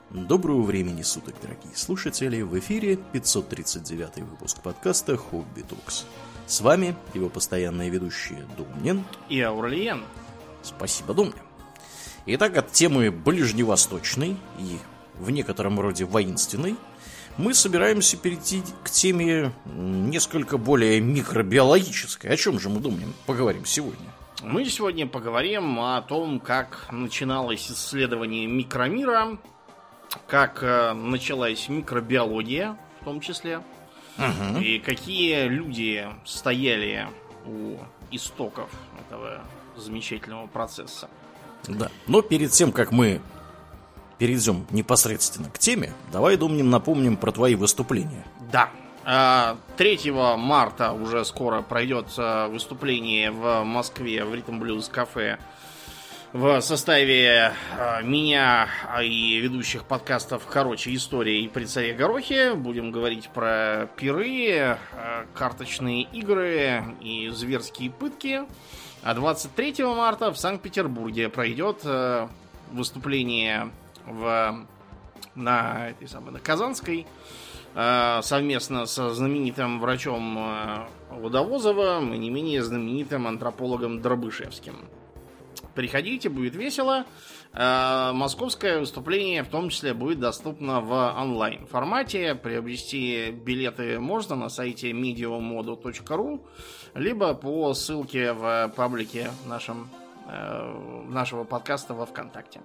Доброго времени суток, дорогие слушатели! В эфире 539 выпуск подкаста «Хобби Токс». С вами его постоянные ведущие Домнин и Аурельян. Спасибо, Домнин. Итак, от темы ближневосточной и в некотором роде воинственной мы собираемся перейти к теме несколько более микробиологической. О чем же мы, Домнин, поговорим сегодня? Мы сегодня поговорим о том, как начиналось исследование микромира, как началась микробиология, в том числе, и какие люди стояли у истоков этого замечательного процесса. Да, но перед тем, как мы перейдем непосредственно к теме, давай, Домнин, напомним про твои выступления. Да. 3 марта уже скоро пройдет выступление в Москве в Rhythm Blues кафе в составе меня и ведущих подкастов «Короче, история» и «При царе Горохе». Будем говорить про пиры, карточные игры и зверские пытки. А 23 марта в Санкт-Петербурге пройдет выступление на Казанской совместно со знаменитым врачом Водовозовым и не менее знаменитым антропологом Дробышевским. Приходите, будет весело. Московское выступление в том числе будет доступно в онлайн формате. Приобрести билеты можно на сайте mediomodo.ru либо по ссылке в паблике нашего подкаста во ВКонтакте.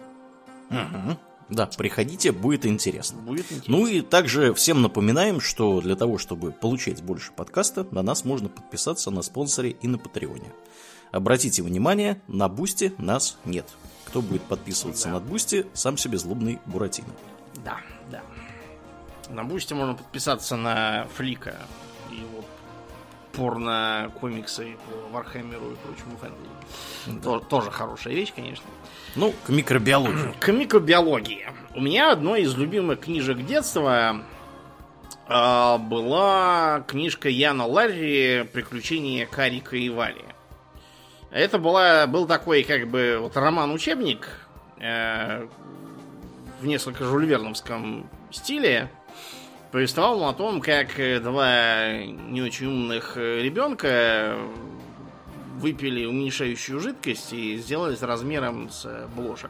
Да, приходите, будет интересно. Ну и также всем напоминаем, что для того, чтобы получать больше подкаста, на нас можно подписаться на спонсоре и на Патреоне. Обратите внимание, на Бусти нас нет. Кто будет подписываться на Бусти, сам себе злобный Буратино. Да. На Бусти можно подписаться на Флика и его порно-комиксы по Вархаммеру и прочему фэнтези. Да. Тоже хорошая вещь, конечно. Ну, к микробиологии. К микробиологии. У меня одной из любимых книжек детства была книжка Яна Ларри «Приключения Карика и Вали». Это был такой, роман-учебник в несколько жюльверновском стиле. Повествовал он о том, как два не очень умных ребенка выпили уменьшающую жидкость и сделали размером с блошек.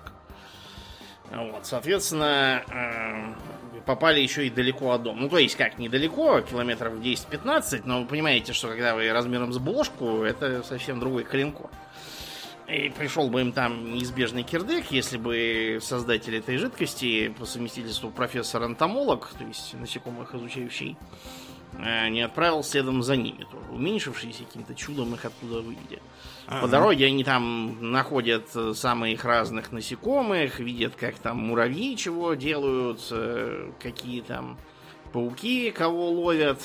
Соответственно, попали еще и далеко от дома. Ну, то есть, как недалеко, километров 10-15, но вы понимаете, что когда вы размером с блошку, это совсем другой калинкор. И пришел бы им там неизбежный кирдык, если бы создатель этой жидкости, по совместительству профессор-энтомолог, то есть насекомых изучающий, не отправил следом за ними, тоже уменьшившись, каким-то чудом их оттуда выведя. По дороге они там находят самых разных насекомых, видят, как там муравьи чего делают, какие там пауки кого ловят,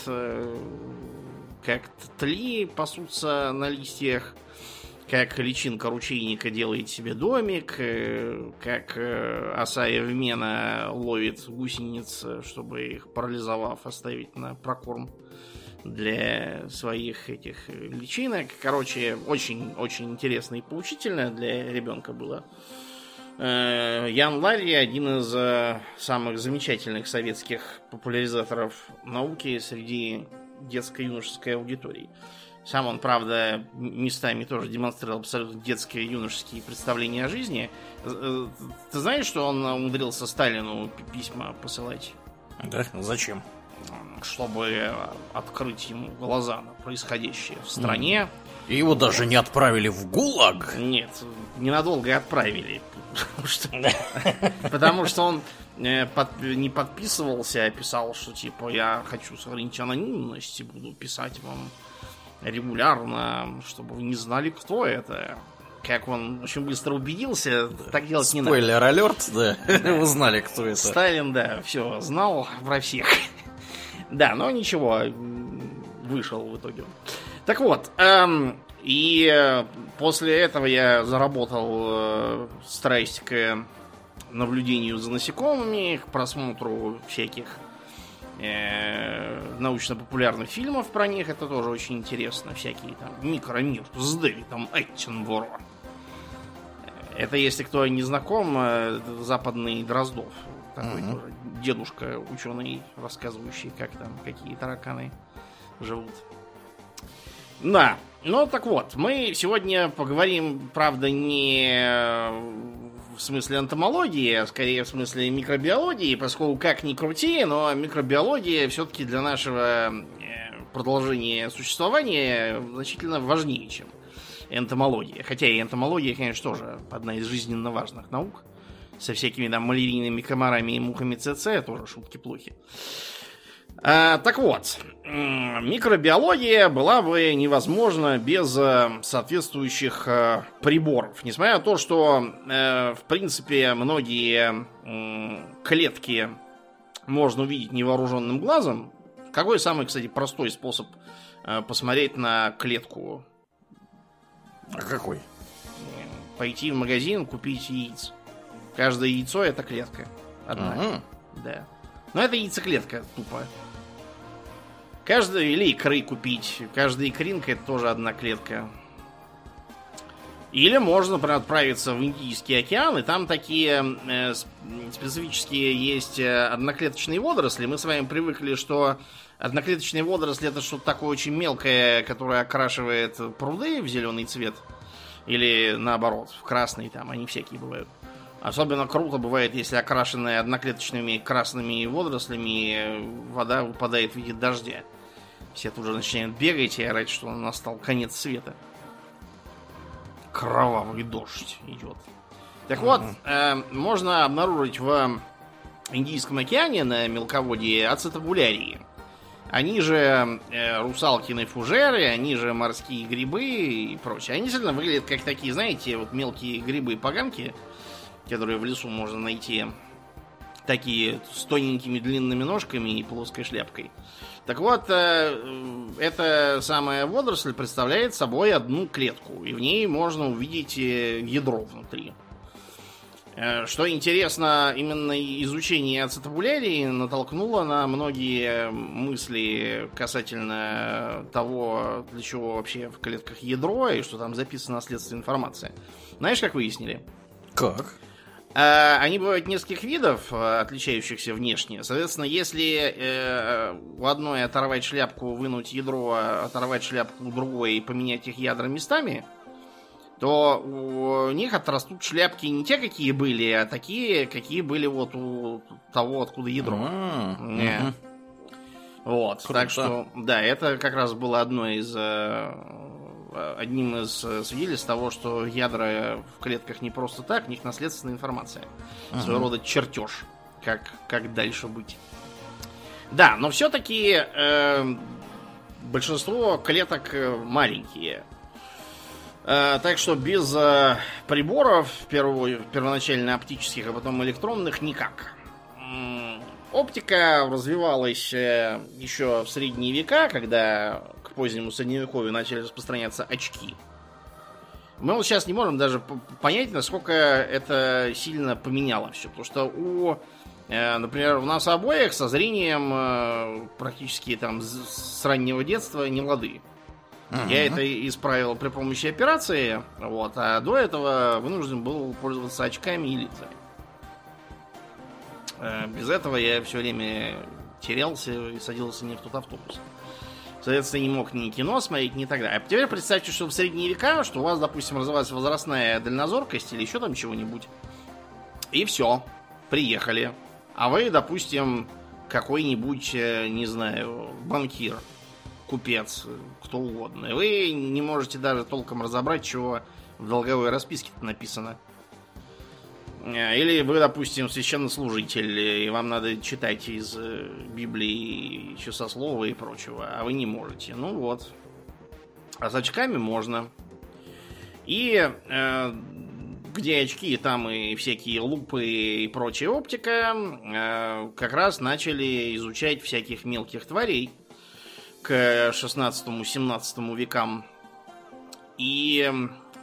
как тли пасутся на листьях, как личинка ручейника делает себе домик, как оса Евмена ловит гусениц, чтобы их, парализовав, оставить на прокорм для своих этих личинок. Короче, очень-очень интересно и поучительно для ребенка было. Ян Ларри — один из самых замечательных советских популяризаторов науки среди детско-юношеской аудитории. Сам он, правда, местами тоже демонстрировал абсолютно детские юношеские представления о жизни. Ты знаешь, что он умудрился Сталину письма посылать? Да? Зачем? Чтобы открыть ему глаза на происходящее в стране. И его даже не отправили в ГУЛАГ? Нет, ненадолго отправили. Потому что он не подписывался, а писал, что типа я хочу сохранить анонимность и буду писать вам регулярно, чтобы вы не знали, кто это. Как он очень быстро убедился, так делать не надо. Спойлер-алерт, да. Вы знали, кто это. Сталин, да, все знал про всех. Да, но ничего, вышел в итоге. Так вот, и после этого я заработал страсть к наблюдению за насекомыми, к просмотру всяких научно-популярных фильмов про них. Это тоже очень интересно. Всякие там «Микромир» с Дэвидом Эттенборо. Это, если кто не знаком, западный Дроздов Такой тоже дедушка ученый, рассказывающий, как там, какие тараканы живут. Да, ну так вот, мы сегодня поговорим, правда, не в смысле энтомологии, а скорее в смысле микробиологии, поскольку как ни крути, но микробиология все-таки для нашего продолжения существования значительно важнее, чем энтомология. Хотя и энтомология, конечно, тоже одна из жизненно важных наук. Со всякими там малярийными комарами и мухами ЦЦ тоже шутки плохи. Так вот, микробиология была бы невозможна без соответствующих приборов. Несмотря на то, что, в принципе, многие клетки можно увидеть невооруженным глазом. Какой самый, кстати, простой способ посмотреть на клетку? А какой? Пойти в магазин, купить яиц. Каждое яйцо это клетка. Одна. Да. Но это яйцеклетка тупо. Или икры купить. Каждая икринка это тоже одна клетка. Или можно, например, отправиться в Индийский океан, и там такие специфические есть одноклеточные водоросли. Мы с вами привыкли, что одноклеточные водоросли это что-то такое очень мелкое, которое окрашивает пруды в зеленый цвет. Или наоборот, в красный там, они всякие бывают. Особенно круто бывает, если окрашенная одноклеточными красными водорослями вода выпадает в виде дождя. Все тут же начинают бегать и орать, что настал конец света. Кровавый дождь идет. Так вот, можно обнаружить в Индийском океане на мелководье ацетабулярии. Они же русалкины фужеры, они же морские грибы и прочее. Они действительно выглядят как такие, знаете, вот мелкие грибы-поганки, которые в лесу можно найти, такие с тоненькими длинными ножками и плоской шляпкой. Так вот, эта самая водоросль представляет собой одну клетку, и в ней можно увидеть ядро внутри. Что интересно, именно изучение ацетабулярии натолкнуло на многие мысли касательно того, для чего вообще в клетках ядро и что там записана наследственная информация. Знаешь, как выяснили? Как? Они бывают нескольких видов, отличающихся внешне. Соответственно, если у одной оторвать шляпку, вынуть ядро, оторвать шляпку у другой и поменять их ядра местами, то у них отрастут шляпки не те, какие были, а такие, какие были вот у того, откуда ядро. Вот, круто. Так что, да, это как раз было одним из свидетельств того, что ядра в клетках не просто так, у них наследственная информация. Своего рода чертеж, как дальше быть. Да, но все-таки большинство клеток маленькие. Так что без приборов, первоначально оптических, а потом электронных, никак. Оптика развивалась еще в средние века, когда к позднему средневековью начали распространяться очки. Мы вот сейчас не можем даже понять, насколько это сильно поменяло все. Потому что например, у нас обоих со зрением практически там с раннего детства не лады. Я это исправил при помощи операции, вот, а до этого вынужден был пользоваться очками и линзами. Без этого я все время терялся и садился не в тот автобус. Соответственно, не мог ни кино смотреть, ни так далее. А теперь представьте, что в средние века, что у вас, допустим, развивается возрастная дальнозоркость или еще там чего-нибудь. И все, приехали. А вы, допустим, какой-нибудь, не знаю, банкир, купец, кто угодно. И вы не можете даже толком разобрать, чего в долговой расписке-то написано. Или вы, допустим, священнослужитель, и вам надо читать из Библии, часослова и прочего, а вы не можете. Ну вот. А с очками можно. И где очки, там и всякие лупы и прочая оптика, как раз начали изучать всяких мелких тварей к 16-17 векам. И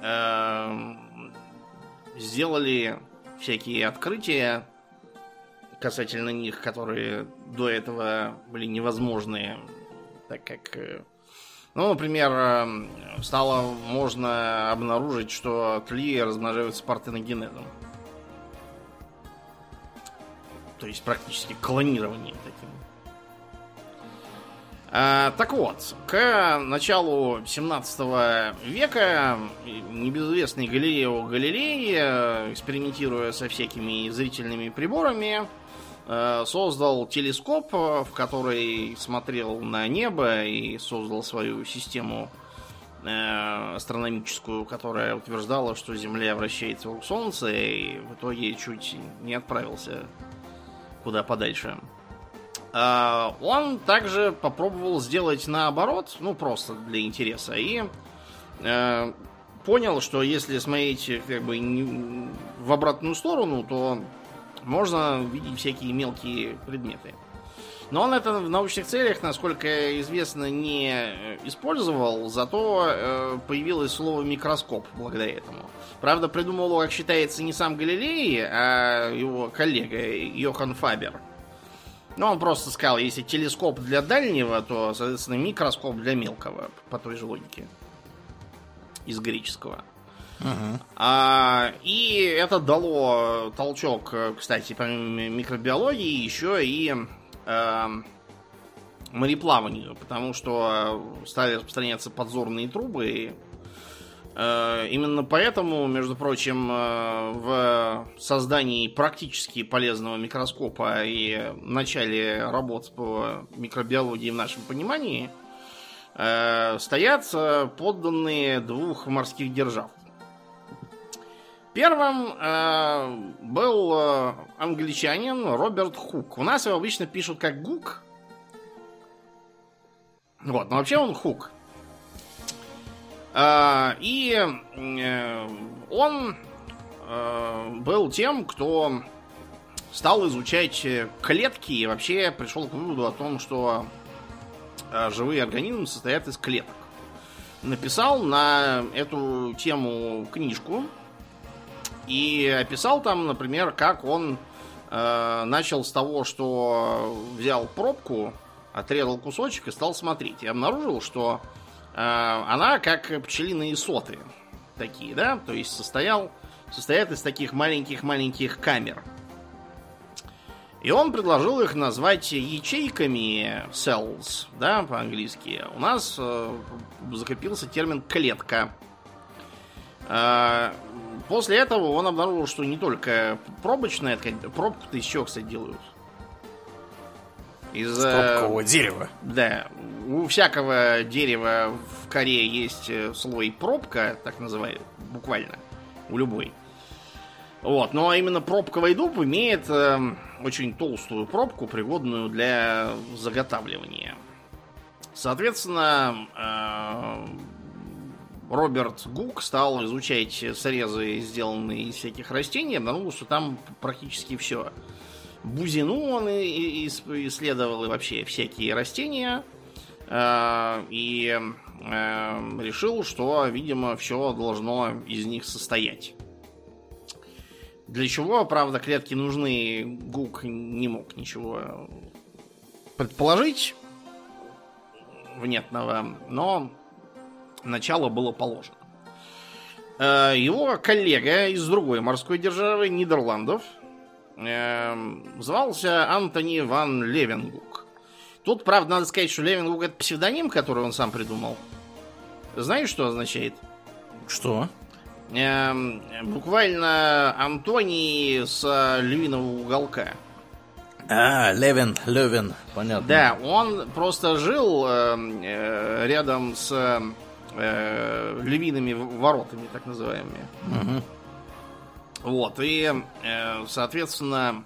сделали всякие открытия касательно них, которые до этого были невозможны, так как, ну, например, стало можно обнаружить, что тли размножаются партеногенезом. То есть практически клонированием таким. Так вот, к началу 17 века небезызвестный Галилео Галилей, экспериментируя со всякими зрительными приборами, создал телескоп, в который смотрел на небо и создал свою систему астрономическую, которая утверждала, что Земля вращается вокруг Солнца, и в итоге чуть не отправился куда подальше. Он также попробовал сделать наоборот, ну просто для интереса, и понял, что если смотреть как бы в обратную сторону, то можно видеть всякие мелкие предметы. Но он это в научных целях, насколько известно, не использовал, зато появилось слово микроскоп благодаря этому. Правда, придумал его, как считается, не сам Галилей, а его коллега Йохан Фабер. Но он просто сказал, если телескоп для дальнего, то, соответственно, микроскоп для мелкого, по той же логике. Из греческого. И это дало толчок, кстати, помимо микробиологии, еще и мореплаванию, потому что стали распространяться подзорные трубы. Именно поэтому, между прочим, в создании практически полезного микроскопа и начале работ по микробиологии в нашем понимании стоят подданные двух морских держав. Первым был англичанин Роберт Хук. У нас его обычно пишут как Гук. Вот, но вообще он Хук. И он был тем, кто стал изучать клетки и вообще пришел к выводу о том, что живые организмы состоят из клеток. Написал на эту тему книжку и описал там, например, как он начал с того, что взял пробку, отрезал кусочек и стал смотреть. И обнаружил, что она как пчелиные соты такие, да, то есть состоят из таких маленьких-маленьких камер. И он предложил их назвать ячейками cells, да, по-английски. У нас закрепился термин клетка. После этого он обнаружил, что не только пробочная ткань, пробку-то из чего, кстати, делают? Из пробкового дерева. Да. У всякого дерева в коре есть слой пробка, так называют, буквально. У любой. Вот. Но именно пробковый дуб имеет очень толстую пробку, пригодную для заготавливания. Соответственно, Роберт Гук стал изучать срезы, сделанные из всяких растений, обнаружил, что там практически все. Бузину он исследовал, и вообще всякие растения. И решил, что, видимо, все должно из них состоять. Для чего, правда, клетки нужны, Гук не мог ничего предположить внятного, но начало было положено. Его коллега из другой морской державы, Нидерландов, звался Антони ван Левенгук. Тут, правда, надо сказать, что Левенгук — это псевдоним, который он сам придумал. Знаешь, что означает? Что? Буквально Антоний с львиного уголка. Левен, понятно. Да, он просто жил рядом с львиными воротами, так называемыми. Угу. Вот, и, соответственно,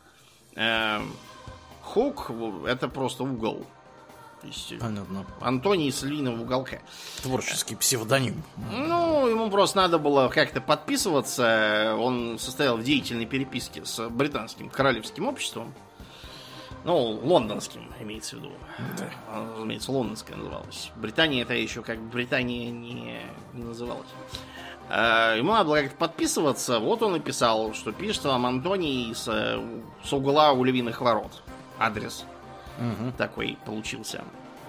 Хук — это просто угол. То есть, понятно. Антоний с львиного уголка. Творческий псевдоним. Ну, ему просто надо было как-то подписываться. Он состоял в деятельной переписке с британским королевским обществом. Ну, лондонским, имеется в виду. Да. Разумеется, лондонское называлось. Британия это еще как бы Британия не называлась. Ему надо было как-то подписываться. Вот он и писал, что пишет вам Антоний с угла у львиных ворот. Адрес такой получился.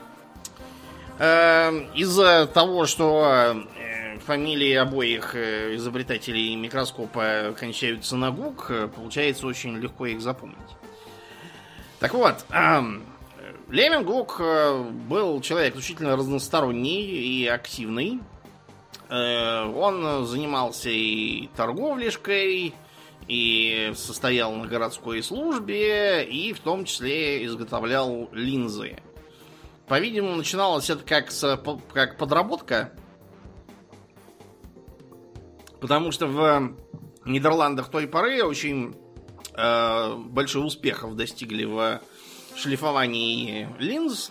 Из-за того, что фамилии обоих изобретателей микроскопа кончаются на Гук, получается очень легко их запомнить. Так вот, Левенгук был человек исключительно разносторонний и активный. Он занимался и торговлешкой, и состоял на городской службе, и в том числе изготовлял линзы. По-видимому, начиналось это как подработка, потому что в Нидерландах той поры очень больших успехов достигли в шлифовании линз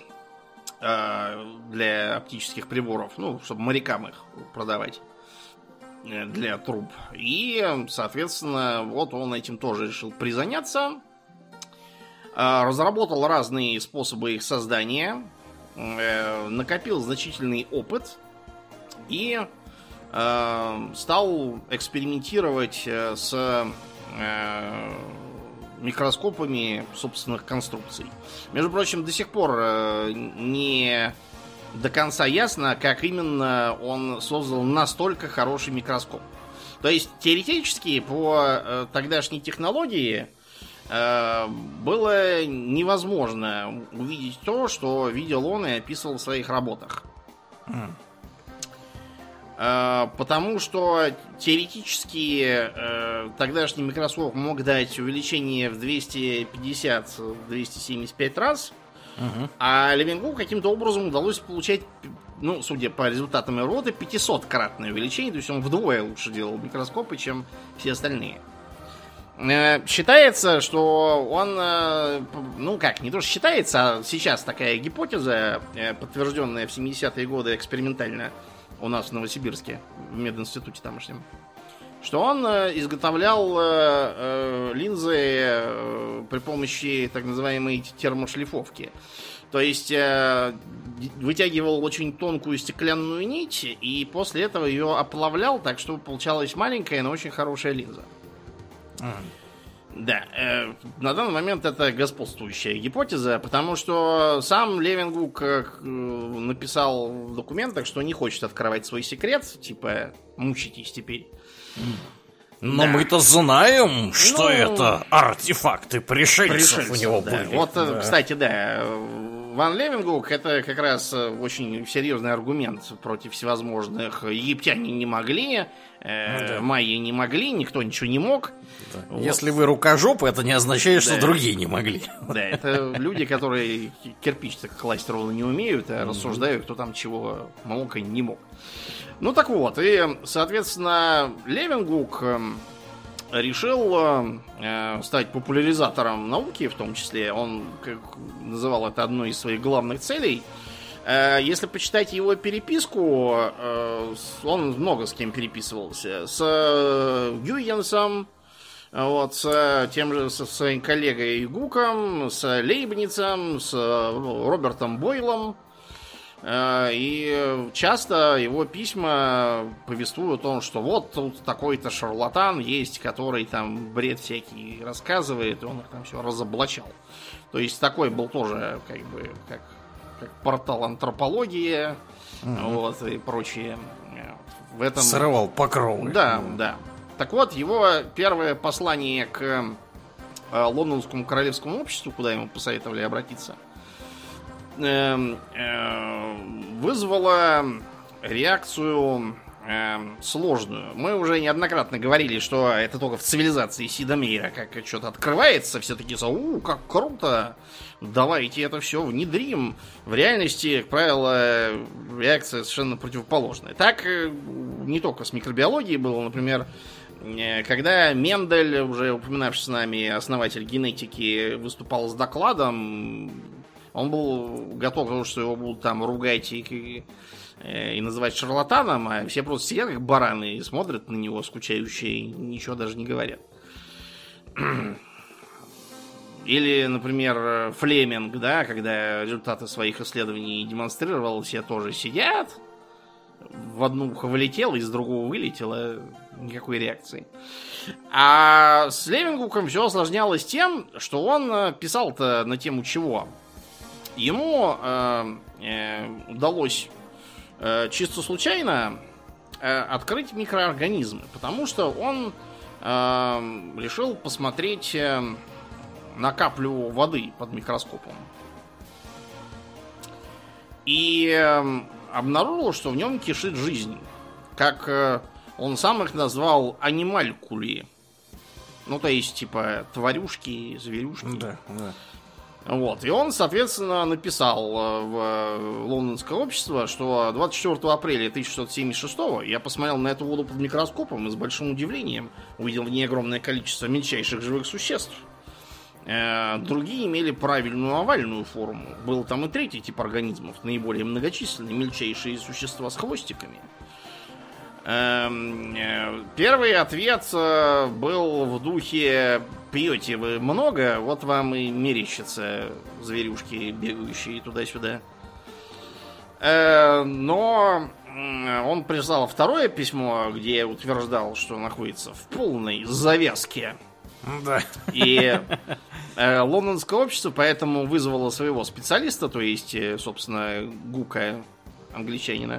для оптических приборов, ну, чтобы морякам их продавать для труб. И, соответственно, вот он этим тоже решил призаняться. Разработал разные способы их создания, накопил значительный опыт и стал экспериментировать с микроскопами собственных конструкций. Между прочим, до сих пор не до конца ясно, как именно он создал настолько хороший микроскоп. То есть, теоретически, по тогдашней технологии было невозможно увидеть то, что видел он и описывал в своих работах. Потому что теоретически тогдашний микроскоп мог дать увеличение в 250-275 раз, а Левенгуку каким-то образом удалось получать, ну, судя по результатам его работы, 500-кратное увеличение, то есть он вдвое лучше делал микроскопы, чем все остальные. Считается, что он, ну как, не то что считается, а сейчас такая гипотеза, подтвержденная в 70-е годы экспериментально у нас в Новосибирске, в мединституте тамошнем, что он изготовлял линзы при помощи так называемой термошлифовки. То есть вытягивал очень тонкую стеклянную нить и после этого ее оплавлял так, чтобы получалась маленькая, но очень хорошая линза. Да, на данный момент это господствующая гипотеза, потому что сам Левенгук написал в документах, что не хочет открывать свой секрет, типа, мучитесь теперь. Но да. Мы-то знаем, что это артефакты пришельцев у него да. были. Вот, да. Кстати, да, Ван Левенгук это как раз очень серьезный аргумент против всевозможных. Египтяне не могли, майя не могли, никто ничего не мог. Да. Вот. Если вы рукожопы, это не означает, что другие не могли. Да, это люди, которые кирпич класть ровно не умеют, а рассуждают, кто там чего мог и не мог. Ну так вот, и, соответственно, Левенгук решил стать популяризатором науки, в том числе. Он называл это одной из своих главных целей. Если почитать его переписку, он много с кем переписывался. С Гюйенсом, вот, с тем же со своим коллегой Гуком, с Лейбницем, с Робертом Бойлом. И часто его письма повествуют о том, что вот тут такой-то шарлатан есть, который там бред всякий рассказывает, и он их там все разоблачал. То есть такой был тоже как бы как портал антропологии, вот, и прочее. В этом... Срывал покровы. Да, да. Так вот, его первое послание к Лондонскому королевскому обществу, куда ему посоветовали обратиться, вызвало реакцию сложную. Мы уже неоднократно говорили, что это только в цивилизации Сида Мейера как что-то открывается, все такие: как круто, давайте это все внедрим. В реальности, как правило, реакция совершенно противоположная. Так не только с микробиологией было, например, когда Мендель, уже упоминавший с нами основатель генетики, выступал с докладом, он был готов к тому, что его будут там ругать и называть шарлатаном, а все просто сидят как бараны и смотрят на него скучающие и ничего даже не говорят. Или, например, Флеминг, да, когда результаты своих исследований демонстрировал, все тоже сидят, в одно ухо вылетело, из другого вылетело, никакой реакции. А с Левенгуком все осложнялось тем, что он писал-то на тему чего? Ему удалось чисто случайно открыть микроорганизмы, потому что он решил посмотреть на каплю воды под микроскопом. И обнаружил, что в нем кишит жизнь. Как он сам их назвал, анималькули. Ну, то есть, типа, тварюшки, зверюшки. Да, да. Вот. И он, соответственно, написал в Лондонское общество, что 24 апреля 1676 я посмотрел на эту воду под микроскопом и с большим удивлением увидел в ней огромное количество мельчайших живых существ. Другие имели правильную овальную форму. Был там и третий тип организмов, наиболее многочисленные, мельчайшие существа с хвостиками. Первый ответ был в духе: пьете вы много, вот вам и мерещатся зверюшки, бегающие туда-сюда. Но он прислал второе письмо, где утверждал, что находится в полной завязке. Да. И Лондонское общество поэтому вызвало своего специалиста, то есть, собственно, Гука, англичанина,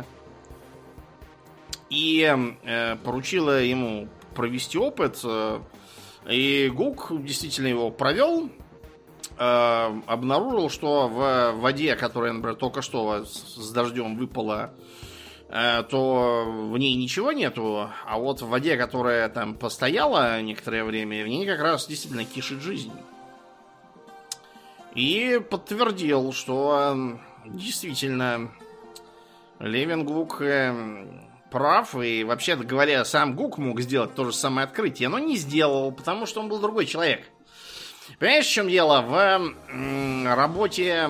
и поручила ему провести опыт. И Гук действительно его провел. Обнаружил, что в воде, которая, например, только что с дождем выпала, то в ней ничего нету. А вот в воде, которая там постояла некоторое время, в ней как раз действительно кишит жизнь. И подтвердил, что действительно Левенгук прав, и, вообще-то говоря, сам Гук мог сделать то же самое открытие, но не сделал, потому что он был другой человек. Понимаешь, в чем дело? В работе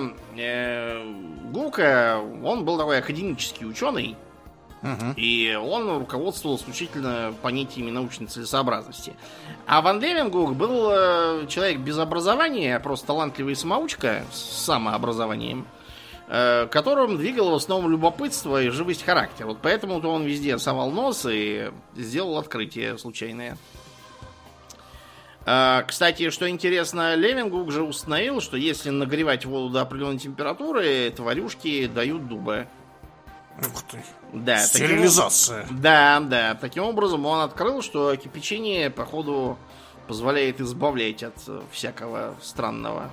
Гука он был такой академический ученый, и он руководствовался исключительно понятиями научной целесообразности. А Ван Левенгук был человек без образования, просто талантливый самоучка с самообразованием, которым двигало в основном любопытство и живость характера. Вот поэтому-то он везде совал нос и сделал открытие случайное. Кстати, что интересно, Левенгук же установил, что если нагревать воду до определенной температуры, тварюшки дают дуба. Ух ты. Да, стерилизация. Да. Таким образом, он открыл, что кипячение, походу, позволяет избавлять от всякого странного.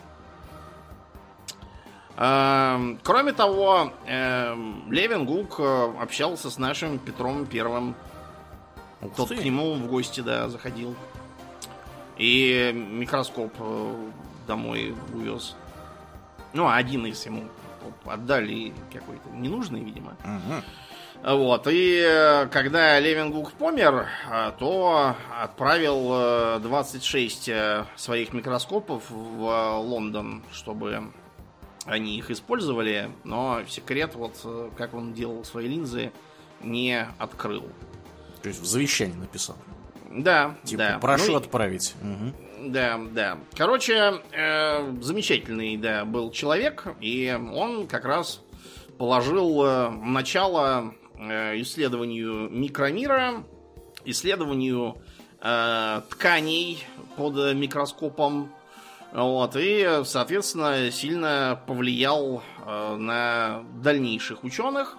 Кроме того, Левенгук общался с нашим Петром Первым. Тот к нему в гости, да, заходил. И микроскоп домой увез. Ну, один из ему отдали какой-то ненужный, видимо. Вот. И когда Левенгук помер, то отправил 26 своих микроскопов в Лондон, чтобы они их использовали, но секрет, вот как он делал свои линзы, не открыл. То есть в завещании написал. Да, типа, да. прошу отправить. Да. Короче, замечательный, да, был человек, и он как раз положил начало исследованию микромира, исследованию тканей под микроскопом. Вот, и, соответственно, сильно повлиял на дальнейших ученых.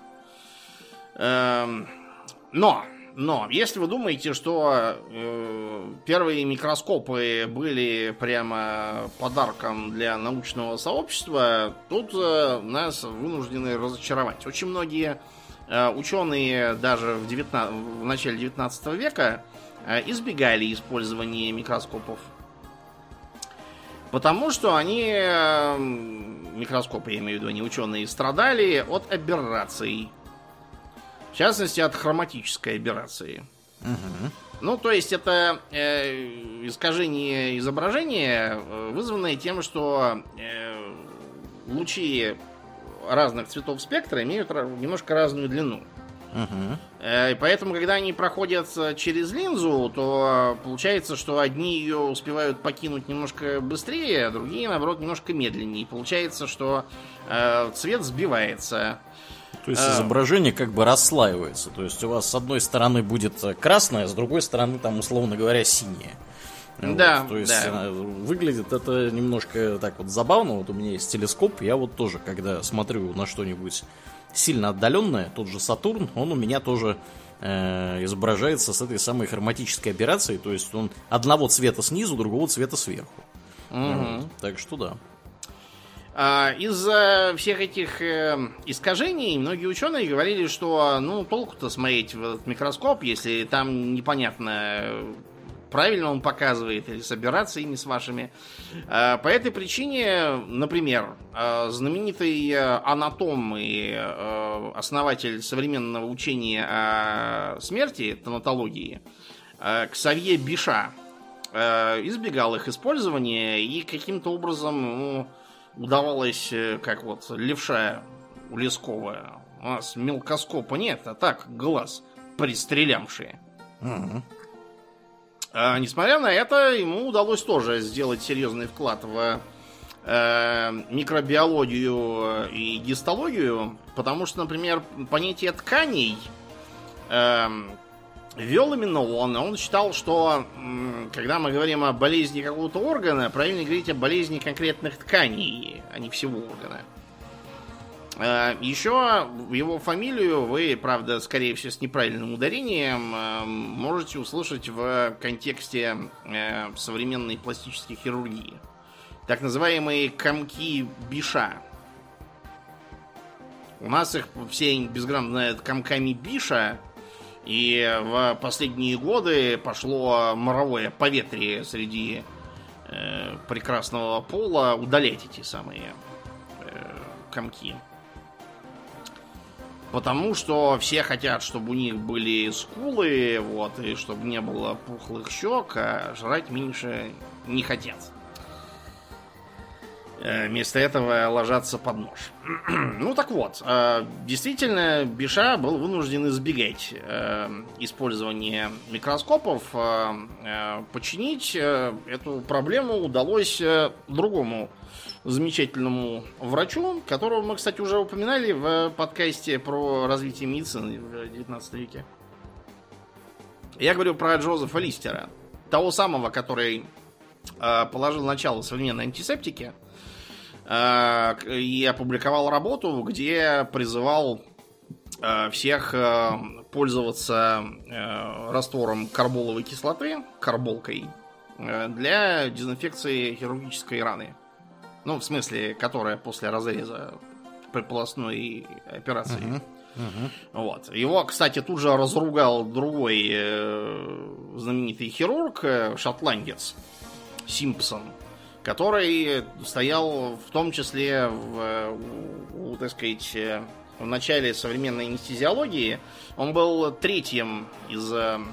Но, если вы думаете, что первые микроскопы были прямо подарком для научного сообщества, тут нас вынуждены разочаровать. Очень многие ученые даже в начале 19 века избегали использования микроскопов. Потому что они, микроскопы, я имею в виду, они ученые, страдали от аберраций. В частности, от хроматической аберрации. Ну, то есть, это искажение изображения, вызванное тем, что лучи разных цветов спектра имеют немножко разную длину. И поэтому, когда они проходят через линзу, то получается, что одни ее успевают покинуть немножко быстрее, а другие, наоборот, немножко медленнее. И получается, что цвет сбивается. То есть изображение как бы расслаивается. То есть у вас с одной стороны будет красное, с другой стороны, там, условно говоря, синее. Да, вот, то есть выглядит это немножко так вот забавно. Вот у меня есть телескоп, я вот тоже, когда смотрю на что-нибудь сильно отдаленное, тот же Сатурн, он у меня тоже изображается с этой самой хроматической аберрацией. То есть он одного цвета снизу, другого цвета сверху. Так что да. Из-за всех этих искажений многие ученые говорили, что толку-то смотреть в этот микроскоп, если там непонятно, правильно он показывает или собираться ими с вашими. По этой причине, например, знаменитый анатом и основатель современного учения о смерти, тонатологии, Ксавье Биша, избегал их использования и каким-то образом удавалось, как вот левша у Лескова. У нас мелкоскопа нет, а так глаз пристрелявшие. Несмотря на это, ему удалось тоже сделать серьезный вклад в микробиологию и гистологию, потому что, например, понятие тканей ввел именно он. Он считал, что когда мы говорим о болезни какого-то органа, правильно говорить о болезни конкретных тканей, а не всего органа. Еще его фамилию вы, правда, скорее всего, с неправильным ударением можете услышать в контексте современной пластической хирургии. Так называемые комки Биша. У нас их все безграмотно знают комками Биша. И в последние годы пошло моровое поветрие среди прекрасного пола удалять эти самые комки. Потому что все хотят, чтобы у них были скулы, вот, и чтобы не было пухлых щек, а жрать меньше не хотят. Вместо этого ложатся под нож. Ну так вот, действительно, Биша был вынужден избегать использования микроскопов. Починить эту проблему удалось другому замечательному врачу, которого мы, кстати, уже упоминали в подкасте про развитие медицины в 19 веке. Я говорю про Джозефа Листера, того самого, который положил начало современной антисептике и опубликовал работу, где призывал всех пользоваться раствором карболовой кислоты, карболкой, для дезинфекции хирургической раны. Ну, в смысле, которая после разреза при полостной операции. Вот. Его, кстати, тут же разругал другой знаменитый хирург, шотландец, Симпсон, который стоял в том числе так сказать, в начале современной анестезиологии. Он был третьим из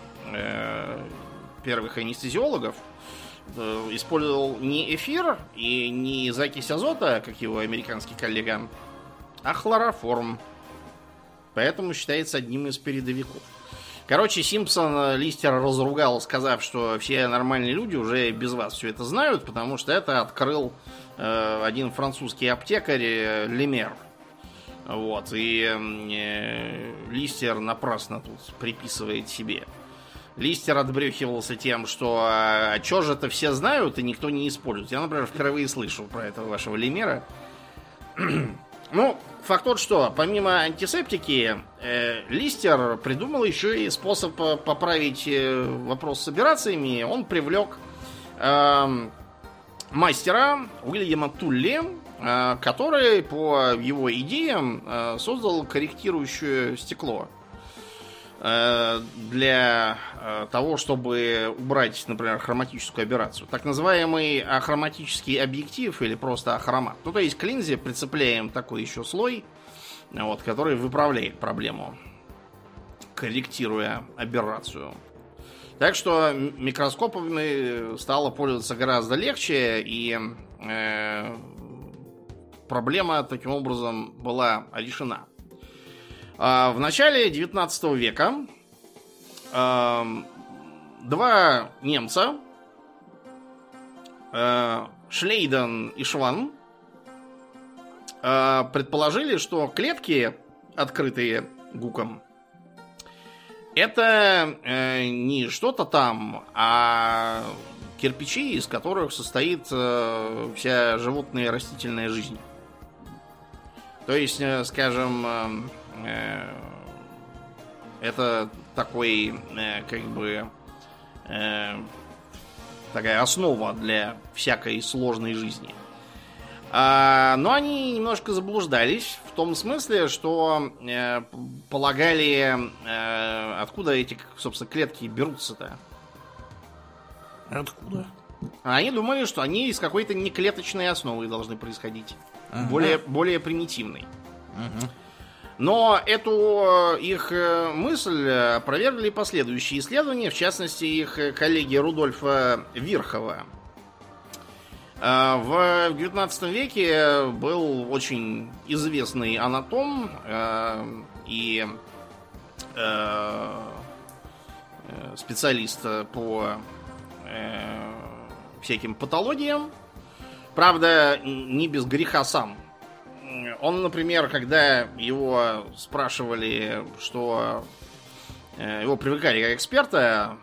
первых анестезиологов. Использовал не эфир и не закись азота, как его американский коллега, а хлороформ. Поэтому считается одним из передовиков. Короче, Симпсон Листер разругал, сказав, что все нормальные люди уже без вас все это знают, потому что это открыл один французский аптекарь Лемер. Вот, и Листер напрасно тут приписывает себе. Листер отбрехивался тем, что чё же это все знают и никто не использует. Я, например, впервые слышу про этого вашего Лемера. Ну, факт тот, что помимо антисептики, Листер придумал еще и способ поправить вопрос с операциями. Он привлек мастера Уильяма Тулли, который по его идеям создал корректирующее стекло для того, чтобы убрать, например, хроматическую аберрацию. Так называемый ахроматический объектив или просто ахромат. Ну, то есть к линзе прицепляем такой еще слой, вот, который выправляет проблему, корректируя аберрацию. Так что микроскопами стало пользоваться гораздо легче, и проблема таким образом была решена. В начале 19 века два немца, Шлейден и Шван, предположили, что клетки, открытые гуком, это не что-то там, а кирпичи, из которых состоит вся животная и растительная жизнь. То есть, скажем, это такой, как бы, такая основа для всякой сложной жизни. Но они немножко заблуждались в том смысле, что полагали, откуда эти, собственно, клетки берутся-то. Откуда? Они думали, что они из какой-то неклеточной основы должны происходить. Ага. Более примитивной. Ага. Но эту их мысль опровергли последующие исследования, в частности, их коллеги Рудольфа Вирхова. В 19 веке был очень известный анатом и специалист по всяким патологиям. Правда, не без греха сам. Он, например, когда его спрашивали, что его привлекали как эксперта,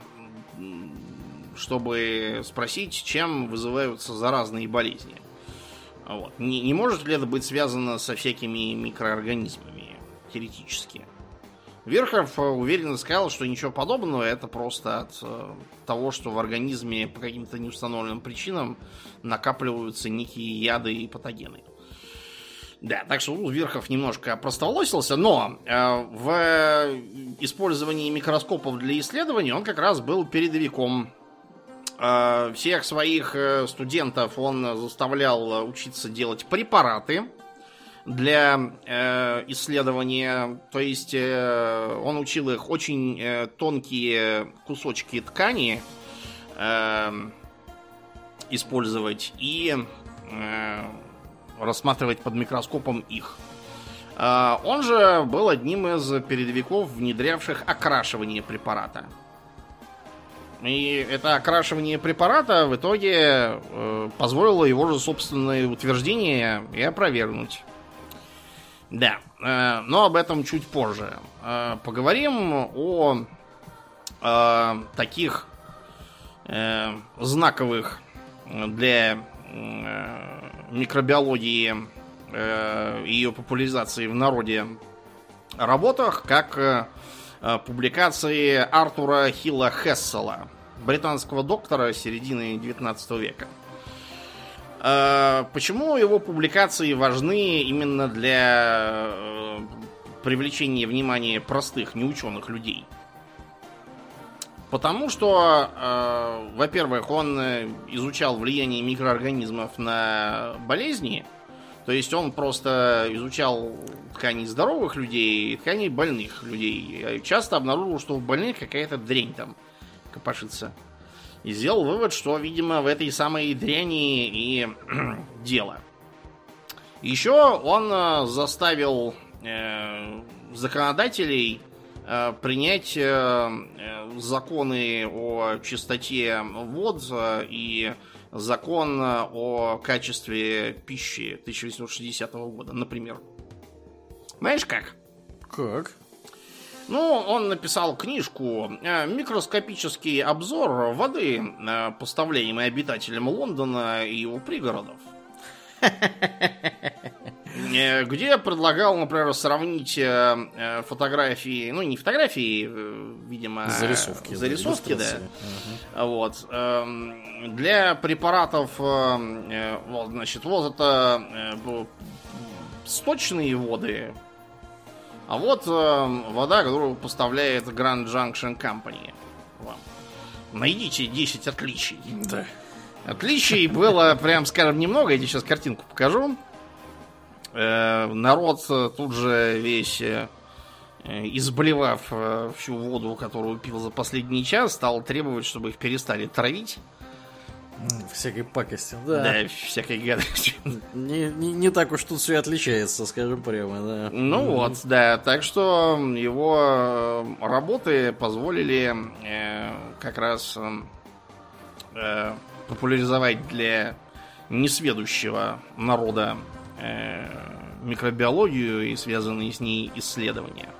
чтобы спросить, чем вызываются заразные болезни. Вот. Не может ли это быть связано со всякими микроорганизмами, теоретически? Верхов уверенно сказал, что ничего подобного, это просто от того, что в организме по каким-то неустановленным причинам накапливаются некие яды и патогены. Да, так что Верхов немножко опростоволосился, но в использовании микроскопов для исследований он как раз был передовиком. Всех своих студентов он заставлял учиться делать препараты для исследования. То есть он учил их очень тонкие кусочки ткани использовать и рассматривать под микроскопом их. Он же был одним из передовиков, внедрявших окрашивание препарата. И это окрашивание препарата в итоге позволило его же собственное утверждение и опровергнуть. Да, но об этом чуть позже. Поговорим о таких знаковых для микробиологии и ее популяризации в народе работах, как публикации Артура Хилла Хессела, британского доктора середины 19 века. Почему его публикации важны именно для привлечения внимания простых, неученых людей? Потому что, во-первых, он изучал влияние микроорганизмов на болезни. То есть он просто изучал ткани здоровых людей и ткани больных людей. И часто обнаружил, что у больных какая-то дрянь там копошится. И сделал вывод, что, видимо, в этой самой дряни и дело. Еще он заставил законодателей принять законы о чистоте вод и закон о качестве пищи 1860 года, например. Знаешь как? Как? Ну, он написал книжку «Микроскопический обзор воды, поставляемой обитателям Лондона и его пригородов», где предлагал, например, сравнить фотографии, ну, не фотографии, видимо, зарисовки, да. Вот. Для препаратов, вот, значит, вот это сточные воды, а вот вода, которую поставляет Grand Junction Company вам. Найдите 10 отличий. Да. Отличий было, прям скажем, немного. Я тебе сейчас картинку покажу. Народ тут же весь, изблевав всю воду, которую пил за последний час, стал требовать, чтобы их перестали травить. Всякой пакости, да. Да, всякой гадости. Не так уж тут все отличается, скажем прямо, да. Ну вот, да. Так что его работы позволили как раз популяризовать для несведущего народа микробиологию и связанные с ней исследования.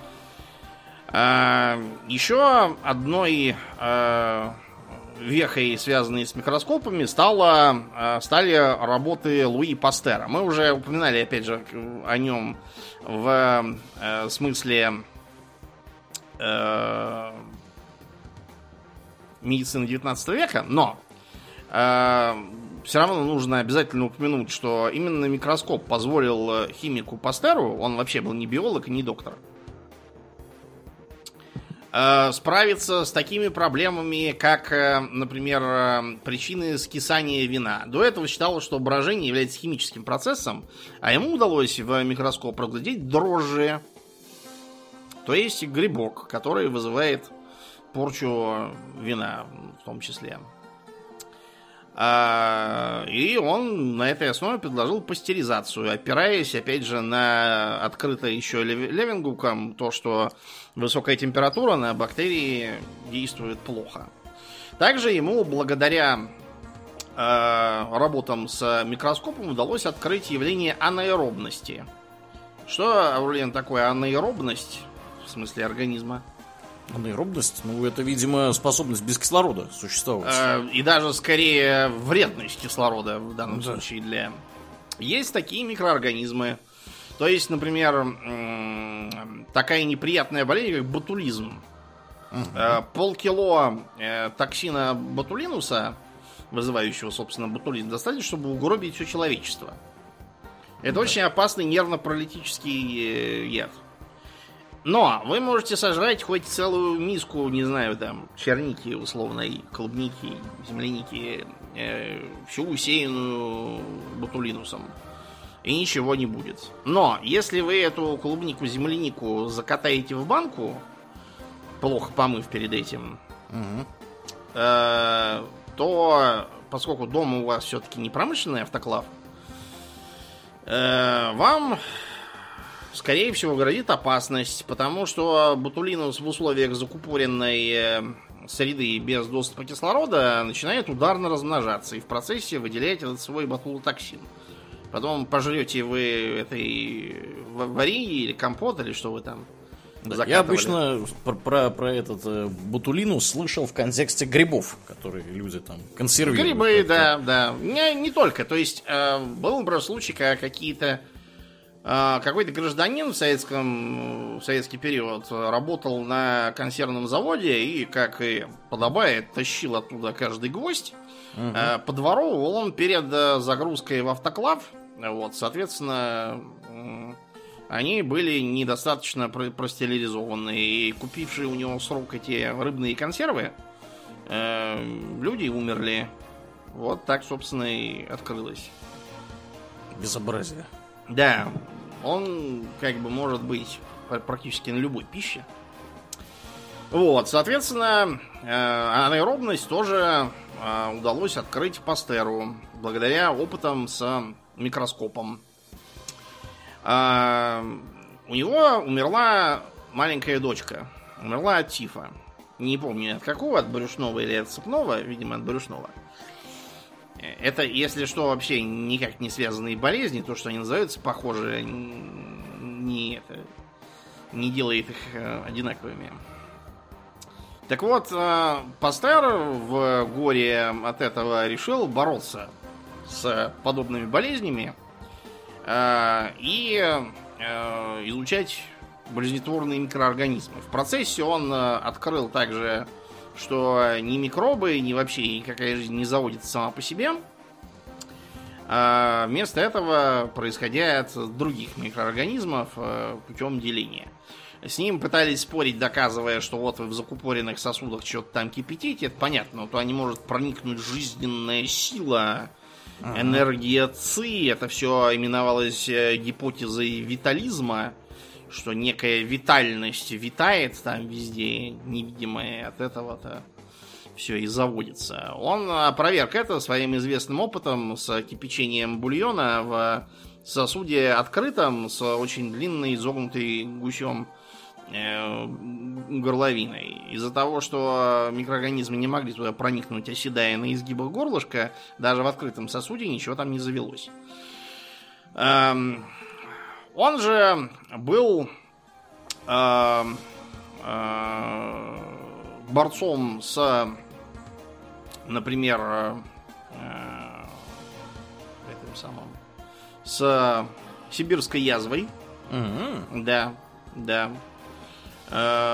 Еще одной вехой, связанной с микроскопами, стали работы Луи Пастера. Мы уже упоминали, опять же, о нем в смысле медицины 19 века, но все равно нужно обязательно упомянуть, что именно микроскоп позволил химику Пастеру, он вообще был не биолог и не доктор, справиться с такими проблемами, как, например, причины скисания вина. До этого считалось, что брожение является химическим процессом, а ему удалось в микроскоп разглядеть дрожжи, то есть грибок, который вызывает порчу вина в том числе. И он на этой основе предложил пастеризацию, опираясь, опять же, на открытое еще Левенгуком то, что высокая температура на бактерии действует плохо. Также ему, благодаря работам с микроскопом, удалось открыть явление анаэробности. Что, Аурлиен, такое анаэробность в смысле организма? Анаэробность? Ну, это, видимо, способность без кислорода существовать. И даже, скорее, вредность кислорода в данном случае для... Есть такие микроорганизмы. То есть, например, такая неприятная болезнь, как ботулизм. Полкило токсина ботулинуса, вызывающего, собственно, ботулизм, достаточно, чтобы угробить все человечество. Это очень опасный нервно-паралитический яд. Но вы можете сожрать хоть целую миску, не знаю, там, черники условной, клубники, земляники, всю усеянную ботулинусом. И ничего не будет. Но если вы эту клубнику, землянику закатаете в банку, плохо помыв перед этим, то, поскольку дома у вас все-таки не промышленный автоклав, вам... скорее всего, грозит опасность, потому что ботулинус в условиях закупоренной среды без доступа кислорода начинает ударно размножаться и в процессе выделять этот свой ботулотоксин. Потом пожрете вы этой варенье или компот, или что вы там закатывали. Я обычно про этот ботулинус слышал в контексте грибов, которые люди там консервируют. Грибы, да. Не только. То есть, был, например, случай, когда какой-то гражданин в советский период работал на консервном заводе и, как и подобает, тащил оттуда каждый гвоздь. Подворовывал он перед загрузкой в автоклав. Вот, соответственно, они были недостаточно простерилизованы. И купившие у него с рук эти рыбные консервы, люди умерли. Вот так, собственно, и открылось. Безобразие. Да, он как бы может быть практически на любой пище. Вот, соответственно, анаэробность тоже удалось открыть Пастеру благодаря опытам с микроскопом. У него умерла маленькая дочка. Умерла от тифа. Не помню от какого, от брюшного или от цепного, видимо, от брюшного. Это, если что, вообще никак не связанные болезни. То, что они называются, похоже, не делает их одинаковыми. Так вот, Пастер в горе от этого решил бороться с подобными болезнями и изучать болезнетворные микроорганизмы. В процессе он открыл также, что ни микробы, ни вообще никакая жизнь не заводится сама по себе. Вместо этого происходят других микроорганизмов путем деления. С ним пытались спорить, доказывая, что вот вы в закупоренных сосудах что-то там кипятите. Это понятно, но туда не может проникнуть жизненная сила, энергия ЦИ. Это все именовалось гипотезой витализма, что некая витальность витает там везде, невидимая, от этого-то все и заводится. Он опроверг это своим известным опытом с кипячением бульона в сосуде открытом с очень длинной изогнутой гусем горловиной. Из-за того, что микроорганизмы не могли туда проникнуть, оседая на изгибах горлышка, даже в открытом сосуде ничего там не завелось. Он же был борцом с, например, с сибирской язвой. Да.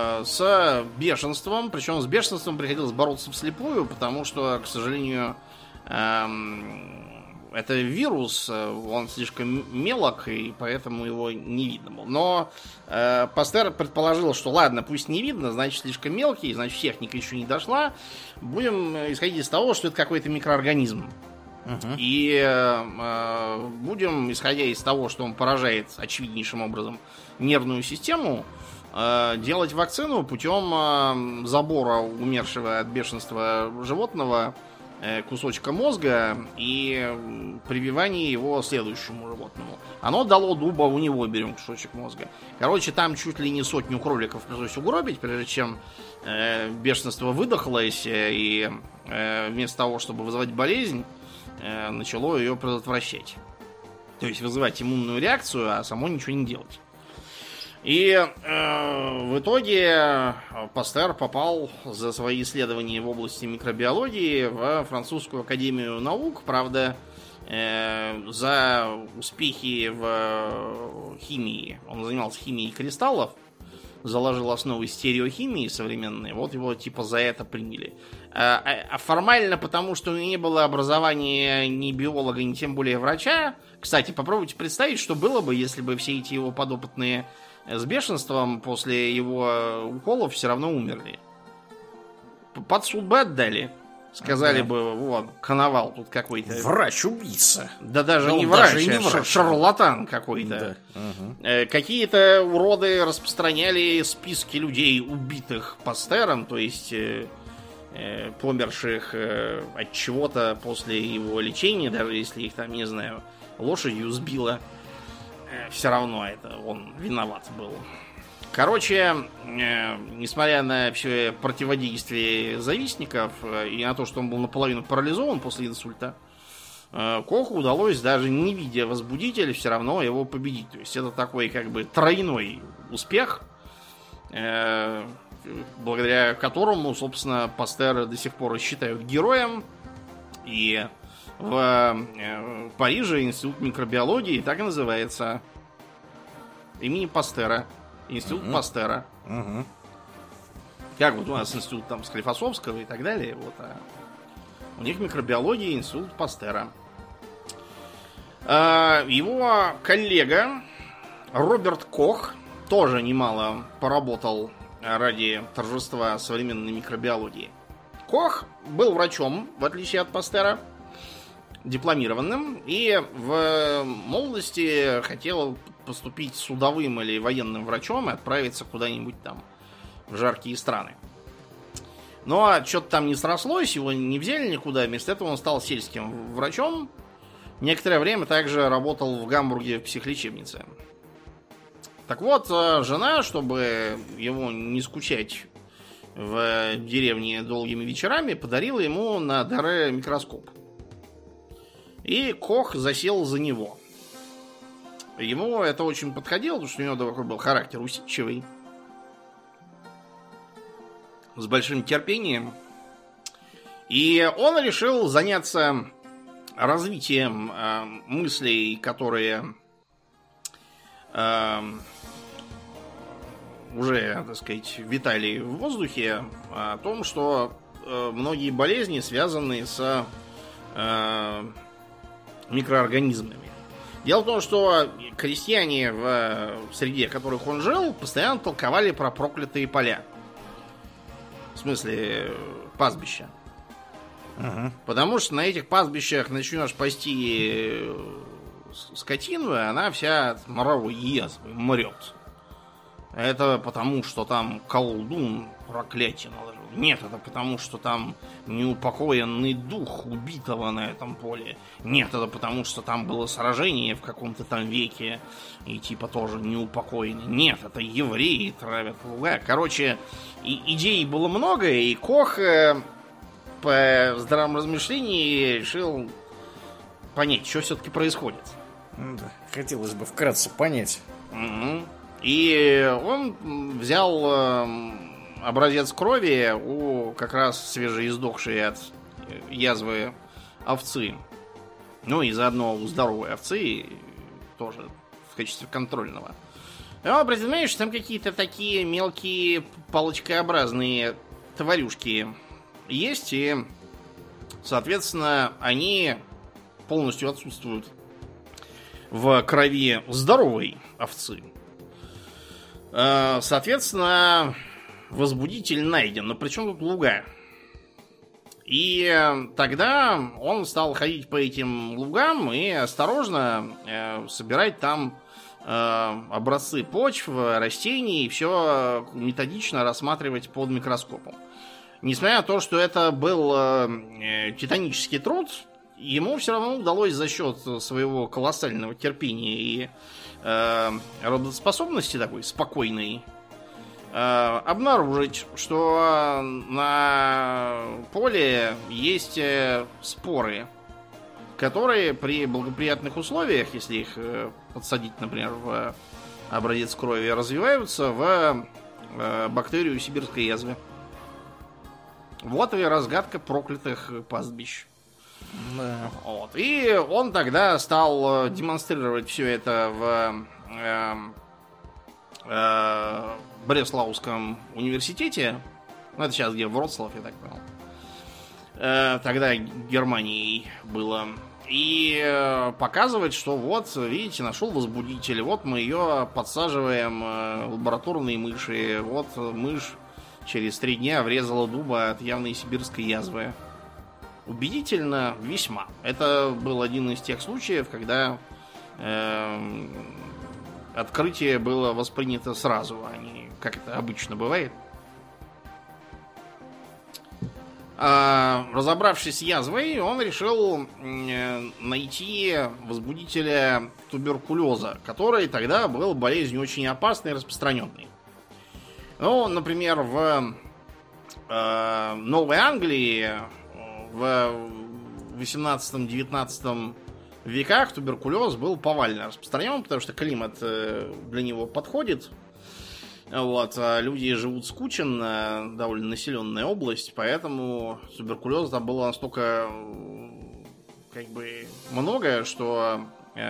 С бешенством. Причем с бешенством приходилось бороться вслепую, потому что, к сожалению, Это вирус, он слишком мелок, и поэтому его не видно было. Но Пастер предположил, что ладно, пусть не видно, значит слишком мелкий, значит техника еще не дошла. Будем исходить из того, что это какой-то микроорганизм. И будем, исходя из того, что он поражает очевиднейшим образом нервную систему, делать вакцину путем забора умершего от бешенства животного кусочка мозга и прививания его следующему животному. Оно дало дуба, у него берем кусочек мозга. Короче, там чуть ли не 100 кроликов пришлось угробить, прежде чем бешенство выдохлось, и вместо того, чтобы вызывать болезнь, начало ее предотвращать. То есть вызывать иммунную реакцию, а само ничего не делать. И в итоге Пастер попал за свои исследования в области микробиологии в Французскую академию наук. Правда, за успехи в химии. Он занимался химией кристаллов, заложил основы стереохимии современной. Вот его типа за это приняли. А формально потому, что у него не было образования ни биолога, ни тем более врача. Кстати, попробуйте представить, что было бы, если бы все эти его подопытные с бешенством после его уколов все равно умерли. Под суд бы отдали. Сказали бы, вот, коновал тут какой-то. Врач-убийца. Да даже не врач, а шарлатан какой-то. Да. Какие-то уроды распространяли списки людей, убитых Пастером, то есть померших от чего-то после его лечения, даже если их там, не знаю, лошадью сбило. Все равно это он виноват был. Короче, несмотря на все противодействие завистников и на то, что он был наполовину парализован после инсульта, Коху удалось, даже не видя возбудителя, все равно его победить. То есть это такой как бы тройной успех, благодаря которому, собственно, Пастера до сих пор считают героем. И в Париже институт микробиологии так и называется. Имени Пастера. Институт Пастера. Как вот у нас институт там Склифосовского и так далее. Вот, а у них микробиология институт Пастера. Его коллега Роберт Кох тоже немало поработал ради торжества современной микробиологии. Кох был врачом, в отличие от Пастера, дипломированным, и в молодости хотел поступить судовым или военным врачом и отправиться куда-нибудь там в жаркие страны. Но что-то там не срослось, его не взяли никуда, вместо этого он стал сельским врачом. Некоторое время также работал в Гамбурге в психлечебнице. Так вот, жена, чтобы ему не скучать в деревне долгими вечерами, подарила ему на дары микроскоп. И Кох засел за него. Ему это очень подходило, потому что у него такой был характер усидчивый, с большим терпением. И он решил заняться развитием мыслей, которые уже, так сказать, витали в воздухе, о том, что многие болезни связаны с микроорганизмами. Дело в том, что крестьяне в среде, в которых он жил, постоянно толковали про проклятые поля. В смысле, пастбища. Потому что на этих пастбищах начнешь пасти скотину, и она вся от моровой язвы мрет. Это потому, что там колдун проклятие наложил. Нет, это потому, что там неупокоенный дух убитого на этом поле. Нет, это потому, что там было сражение в каком-то там веке и типа тоже неупокоенный. Нет, это евреи травят луга. Короче, идей было много, и Кох по здравом размышлении решил понять, что все-таки происходит. Да, хотелось бы вкратце понять. И он взял образец крови у как раз свежеиздохшей от язвы овцы. Ну и заодно у здоровой овцы тоже в качестве контрольного. И он определяет, что там какие-то такие мелкие палочкообразные тварюшки есть. И Соответственно, они полностью отсутствуют в крови здоровой овцы. Соответственно, возбудитель найден. Но при чем тут луга? И тогда он стал ходить по этим лугам и осторожно собирать там образцы почв, растений и все методично рассматривать под микроскопом. Несмотря на то, что это был титанический труд, ему все равно удалось за счет своего колоссального терпения и работоспособности такой спокойной обнаружить, что на поле есть споры, которые при благоприятных условиях, если их подсадить, например, в образец крови, развиваются в бактерию сибирской язвы. Вот и разгадка проклятых пастбищ. Да. Вот. И он тогда стал демонстрировать все это в Бреславском университете. Ну, это сейчас где? Вроцлав, я так понял. Тогда Германией было. И показывать, что вот, видите, нашел возбудитель. Вот мы ее подсаживаем лабораторные мыши. Вот мышь через 3 дня врезала дуба от явной сибирской язвы. Убедительно весьма. Это был один из тех случаев, когда открытие было воспринято сразу, а не как это обычно бывает. Разобравшись с язвой, он решил найти возбудителя туберкулеза, который тогда был болезнью очень опасной и распространенной. Ну, например, в Новой Англии в 18-19 веках туберкулез был повально распространен, потому что климат для него подходит. Вот, а люди живут скучно, довольно населенная область, поэтому туберкулеза там было настолько как бы много, что,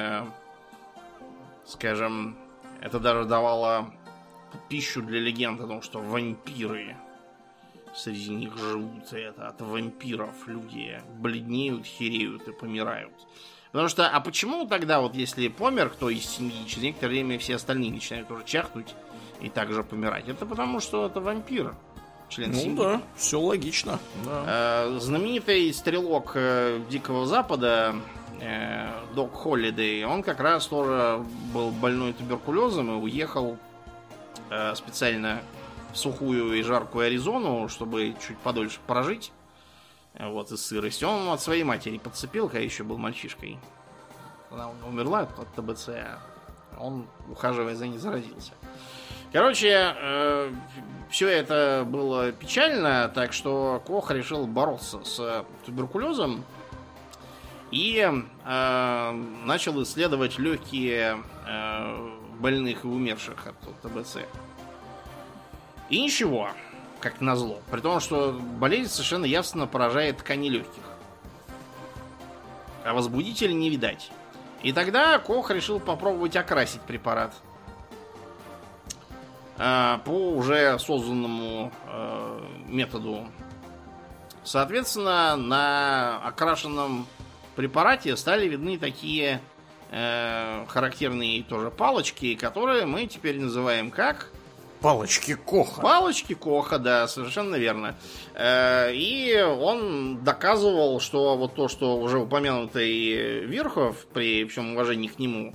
скажем, это даже давало пищу для легенд о том, что вампиры среди них живут, и это от вампиров люди бледнеют, хереют и помирают. Потому что, а почему тогда, вот если помер кто из семьи, через некоторое время все остальные начинают уже чахнуть и также помирать? Это потому, что это вампир, член семьи. Ну да, все логично. Да. Знаменитый стрелок Дикого Запада Док Холлидей, он как раз тоже был больной туберкулезом и уехал специально в сухую и жаркую Аризону, чтобы чуть подольше прожить. Вот, из сырости. Он от своей матери подцепил, когда еще был мальчишкой. Она умерла от ТБЦ, а он, ухаживая за ней, заразился. Короче, все это было печально, так что Кох решил бороться с туберкулезом и начал исследовать легкие больных и умерших от ТБЦ. И ничего, как назло. При том, что болезнь совершенно явственно поражает ткани легких. А возбудителя не видать. И тогда Кох решил попробовать окрасить препарат по уже созданному методу. Соответственно, на окрашенном препарате стали видны такие характерные тоже палочки, которые мы теперь называем как... Палочки Коха. Палочки Коха, да, совершенно верно. И он доказывал, что вот то, что уже упомянутый Вирхов, при всем уважении к нему,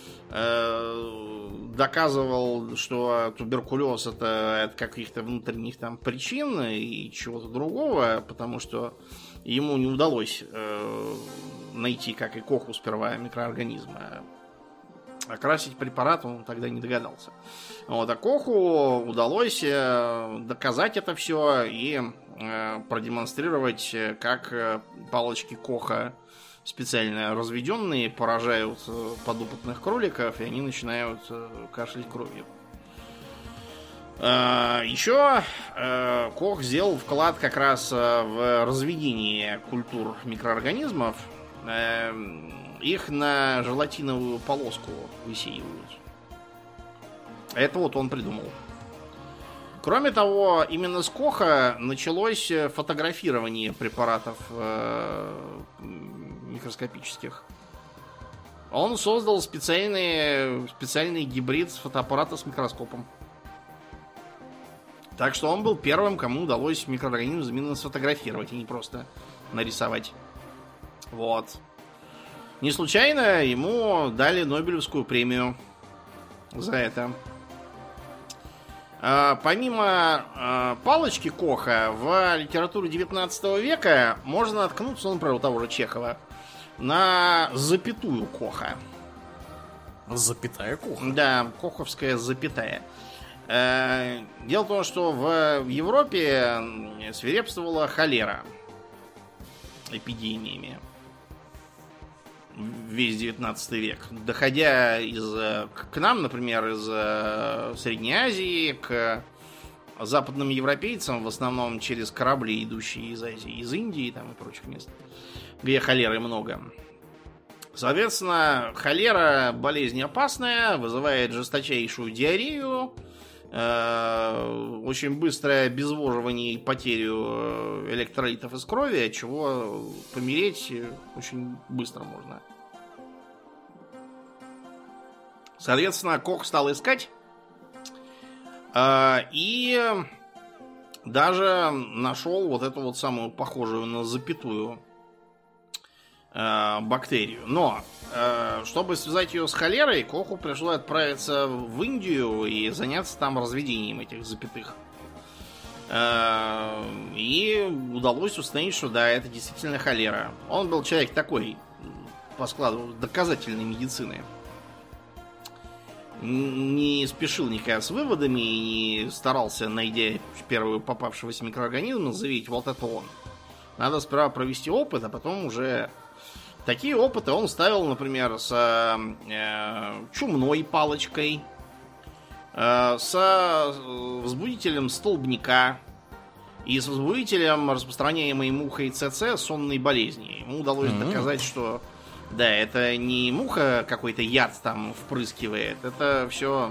доказывал, что туберкулез это от каких-то внутренних там причин и чего-то другого, потому что ему не удалось найти, как и Коху сперва, микроорганизмы. Окрасить препарат он тогда не догадался. Вот, а Коху удалось доказать это все и продемонстрировать, как палочки Коха, специально разведенные, поражают подопытных кроликов, и они начинают кашлять кровью. Еще Кох сделал вклад как раз в разведение культур микроорганизмов. Их на желатиновую полоску высеивают. Это вот он придумал. Кроме того, именно с Коха началось фотографирование препаратов микроскопических. Он создал специальный гибрид фотоаппарата с микроскопом. Так что он был первым, кому удалось микроорганизм именно сфотографировать, и не просто нарисовать. Вот. Не случайно ему дали Нобелевскую премию за это. Помимо палочки Коха, в литературе 19 века можно наткнуться, например, у того же Чехова, на запятую Коха. Запятая Коха? Да, коховская запятая. Дело в том, что в Европе свирепствовала холера эпидемиями весь 19 век. Доходя к нам, например, из Средней Азии, к западным европейцам, в основном через корабли, идущие из Азии, из Индии там, и прочих мест, где холеры много. Соответственно, холера болезнь опасная, вызывает жесточайшую диарею, очень быстрое обезвоживание и потерю электролитов из крови, от чего помереть очень быстро можно. Соответственно, Кох стал искать и даже нашел вот эту вот самую похожую на запятую бактерию. Но чтобы связать ее с холерой, Коху пришлось отправиться в Индию и заняться там разведением этих запятых. И удалось установить, что да, это действительно холера. Он был человек такой, по складу доказательной медицины. Не спешил никогда с выводами и не старался, найдя первого попавшегося микроорганизма, заявить, вот это он. Надо сперва провести опыт, а потом уже... Такие опыты он ставил, например, с чумной палочкой, с возбудителем столбняка и с возбудителем, распространяемой мухой ЦЦ, сонной болезни. Ему удалось доказать, что да, это не муха какой-то яд там впрыскивает, это все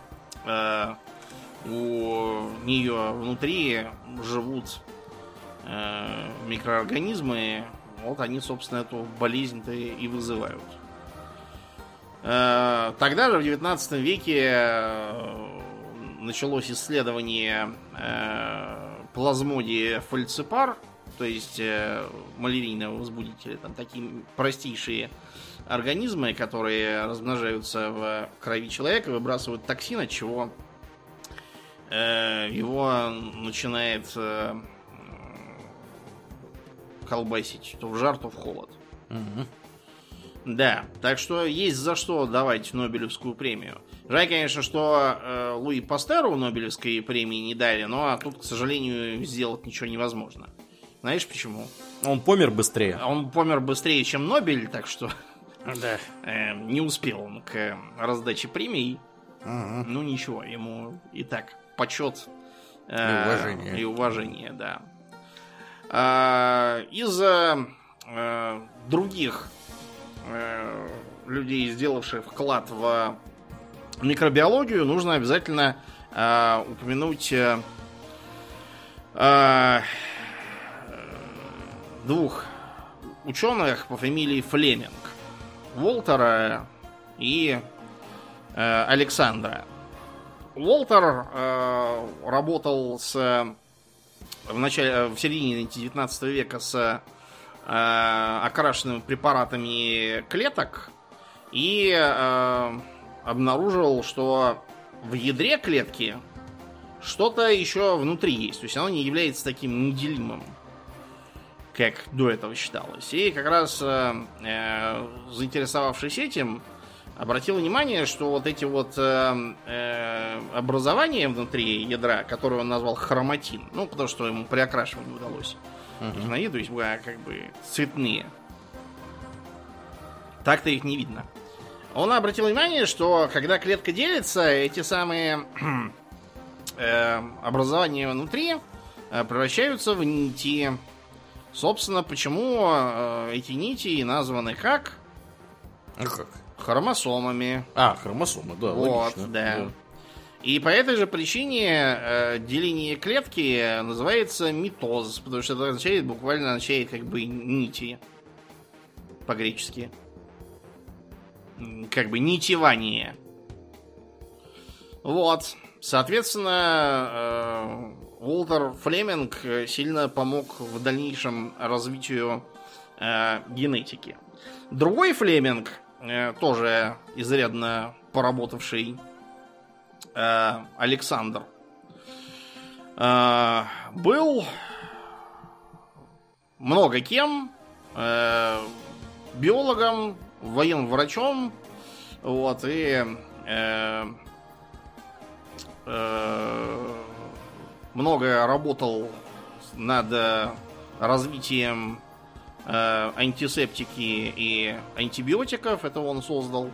у нее внутри живут микроорганизмы. Вот они, собственно, эту болезнь-то и вызывают. Тогда же, в 19 веке, началось исследование плазмодия фальципар, то есть малярийного возбудителя. Там такие простейшие организмы, которые размножаются в крови человека, выбрасывают токсин, от чего его начинает... колбасить то в жар, то в холод. Да, так что есть за что давать Нобелевскую премию. Жаль, конечно, что Луи Пастеру Нобелевской премии не дали, но тут, к сожалению, сделать ничего невозможно. Знаешь почему? Он помер быстрее. Он помер быстрее, чем Нобель, так что да. Не успел он к раздаче премий. Ну ничего, ему и так почет и уважение, да. Из других людей, сделавших вклад в микробиологию, нужно обязательно упомянуть двух ученых по фамилии Флеминг. Уолтера и Александра. Уолтер работал в середине 19 века с окрашенными препаратами клеток и обнаружил, что в ядре клетки что-то еще внутри есть. То есть оно не является таким неделимым, как до этого считалось. И как раз заинтересовавшись этим, обратил внимание, что вот эти вот образования внутри ядра, которые он назвал хроматин, ну, потому что ему при окрашивании удалось установить, то есть как бы цветные. Так-то их не видно. Он обратил внимание, что когда клетка делится, эти самые образования внутри превращаются в нити. Собственно, почему эти нити названы как? Как? Хромосомами. Хромосомы, да, вот, логично. да. И по этой же причине деление клетки называется митоз, потому что это означает, буквально означает как бы нити по-гречески. Как бы нитевание. Вот. Соответственно, Уолтер Флеминг сильно помог в дальнейшем развитию генетики. Другой Флеминг, тоже изрядно поработавший, Александр, был много кем, биологом, военным врачом, вот, и много работал над развитием антисептики и антибиотиков, это он создал.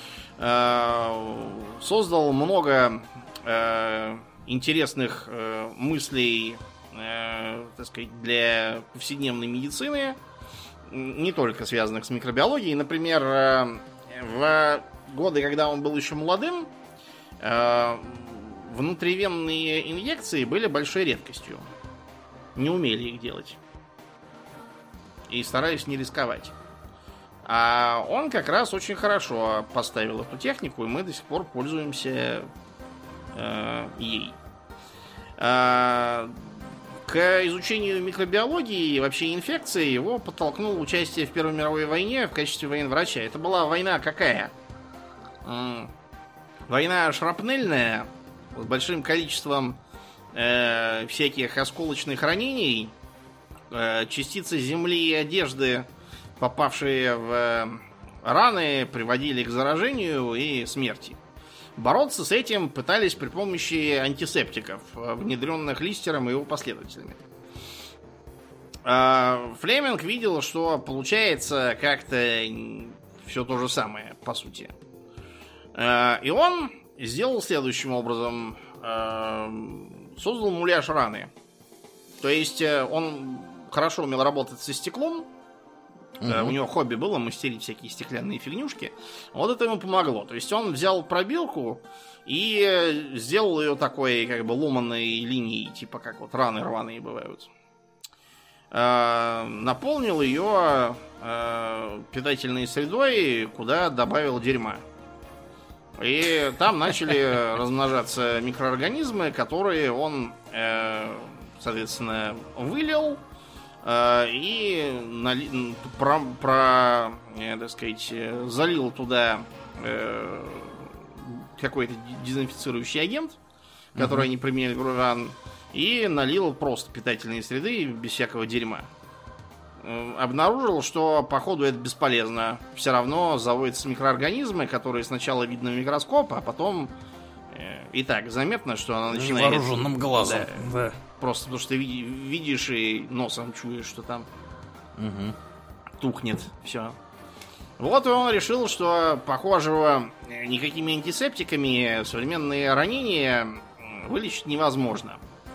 Создал много интересных мыслей, так сказать, для повседневной медицины, не только связанных с микробиологией. Например, в годы, когда он был еще молодым, внутривенные инъекции были большой редкостью. Не умели их делать. И старались не рисковать. А он как раз очень хорошо поставил эту технику, и мы до сих пор пользуемся ей. К изучению микробиологии и вообще инфекции его подтолкнуло участие в Первой мировой войне в качестве военврача. Это была война какая? Война шрапнельная, с большим количеством всяких осколочных ранений, частицы земли и одежды, попавшие в раны, приводили к заражению и смерти. Бороться с этим пытались при помощи антисептиков, внедренных Листером и его последователями. Флеминг видел, что получается как-то все то же самое, по сути. И он сделал следующим образом. Создал муляж раны. То есть он хорошо умел работать со стеклом. У него хобби было мастерить всякие стеклянные фигнюшки. Вот это ему помогло. То есть он взял пробирку и сделал ее такой, как бы, ломаной линией, типа как вот раны рваные бывают. Наполнил ее питательной средой, куда добавил дерьма. И там начали размножаться микроорганизмы, которые он, соответственно, вылил и так сказать, залил туда какой-то дезинфицирующий агент, который они применяли в уран, и налил просто питательные среды без всякого дерьма. Обнаружил, что походу это бесполезно. Все равно заводятся микроорганизмы, которые сначала видно в микроскоп, а потом и так заметно, что она начинает... Невооруженным глазом. Да. Просто потому что ты видишь и носом чуешь, что там тухнет все. Вот и он решил, что, похожего никакими антисептиками современные ранения вылечить невозможно.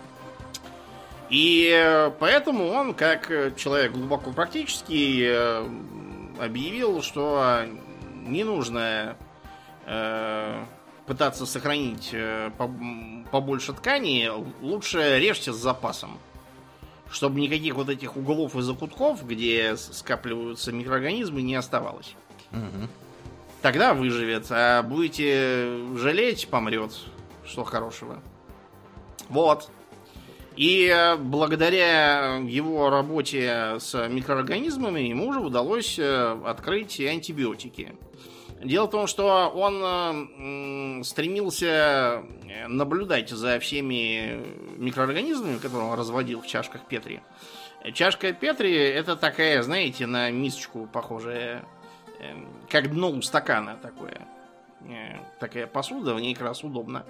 И поэтому он, как человек глубоко практический, объявил, что не нужно пытаться сохранить побольше ткани, лучше режьте с запасом. Чтобы никаких вот этих углов и закутков, где скапливаются микроорганизмы, не оставалось. Тогда выживет, а будете жалеть, помрет. Что хорошего. Вот. И благодаря его работе с микроорганизмами ему уже удалось открыть антибиотики. Дело в том, что он стремился наблюдать за всеми микроорганизмами, которые он разводил в чашках Петри. Чашка Петри — это такая, знаете, на мисочку похожая, как дно у стакана такое. Такая посуда, в ней как раз удобно.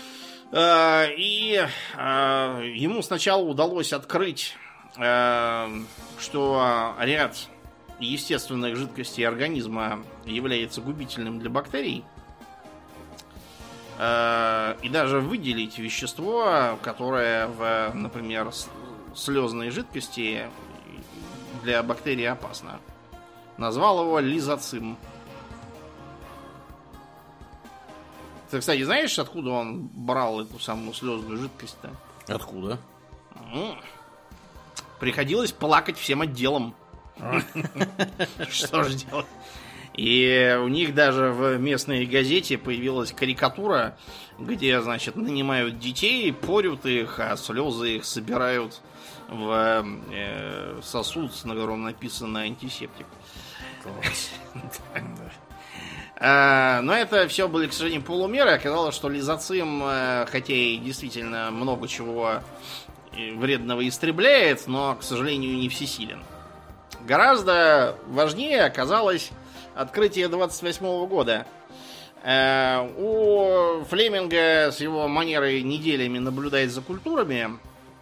И ему сначала удалось открыть, что ряд естественных жидкостей организма является губительным для бактерий. И даже выделить вещество, которое в, например, слезной жидкости для бактерий опасно. Назвал его лизоцим. Ты, кстати, знаешь, откуда он брал эту самую слезную жидкость-то? Откуда? Приходилось плакать всем отделом. Что же делать? И у них даже в местной газете появилась карикатура, где, значит, нанимают детей, порют их, а слезы их собирают в сосуд, на котором написано антисептик. Но это все были, к сожалению, полумеры. Оказалось, что лизоцим, хотя и действительно много чего вредного истребляет, но, к сожалению, не всесилен. Гораздо важнее оказалось открытие 28-го года. У Флеминга с его манерой неделями наблюдать за культурами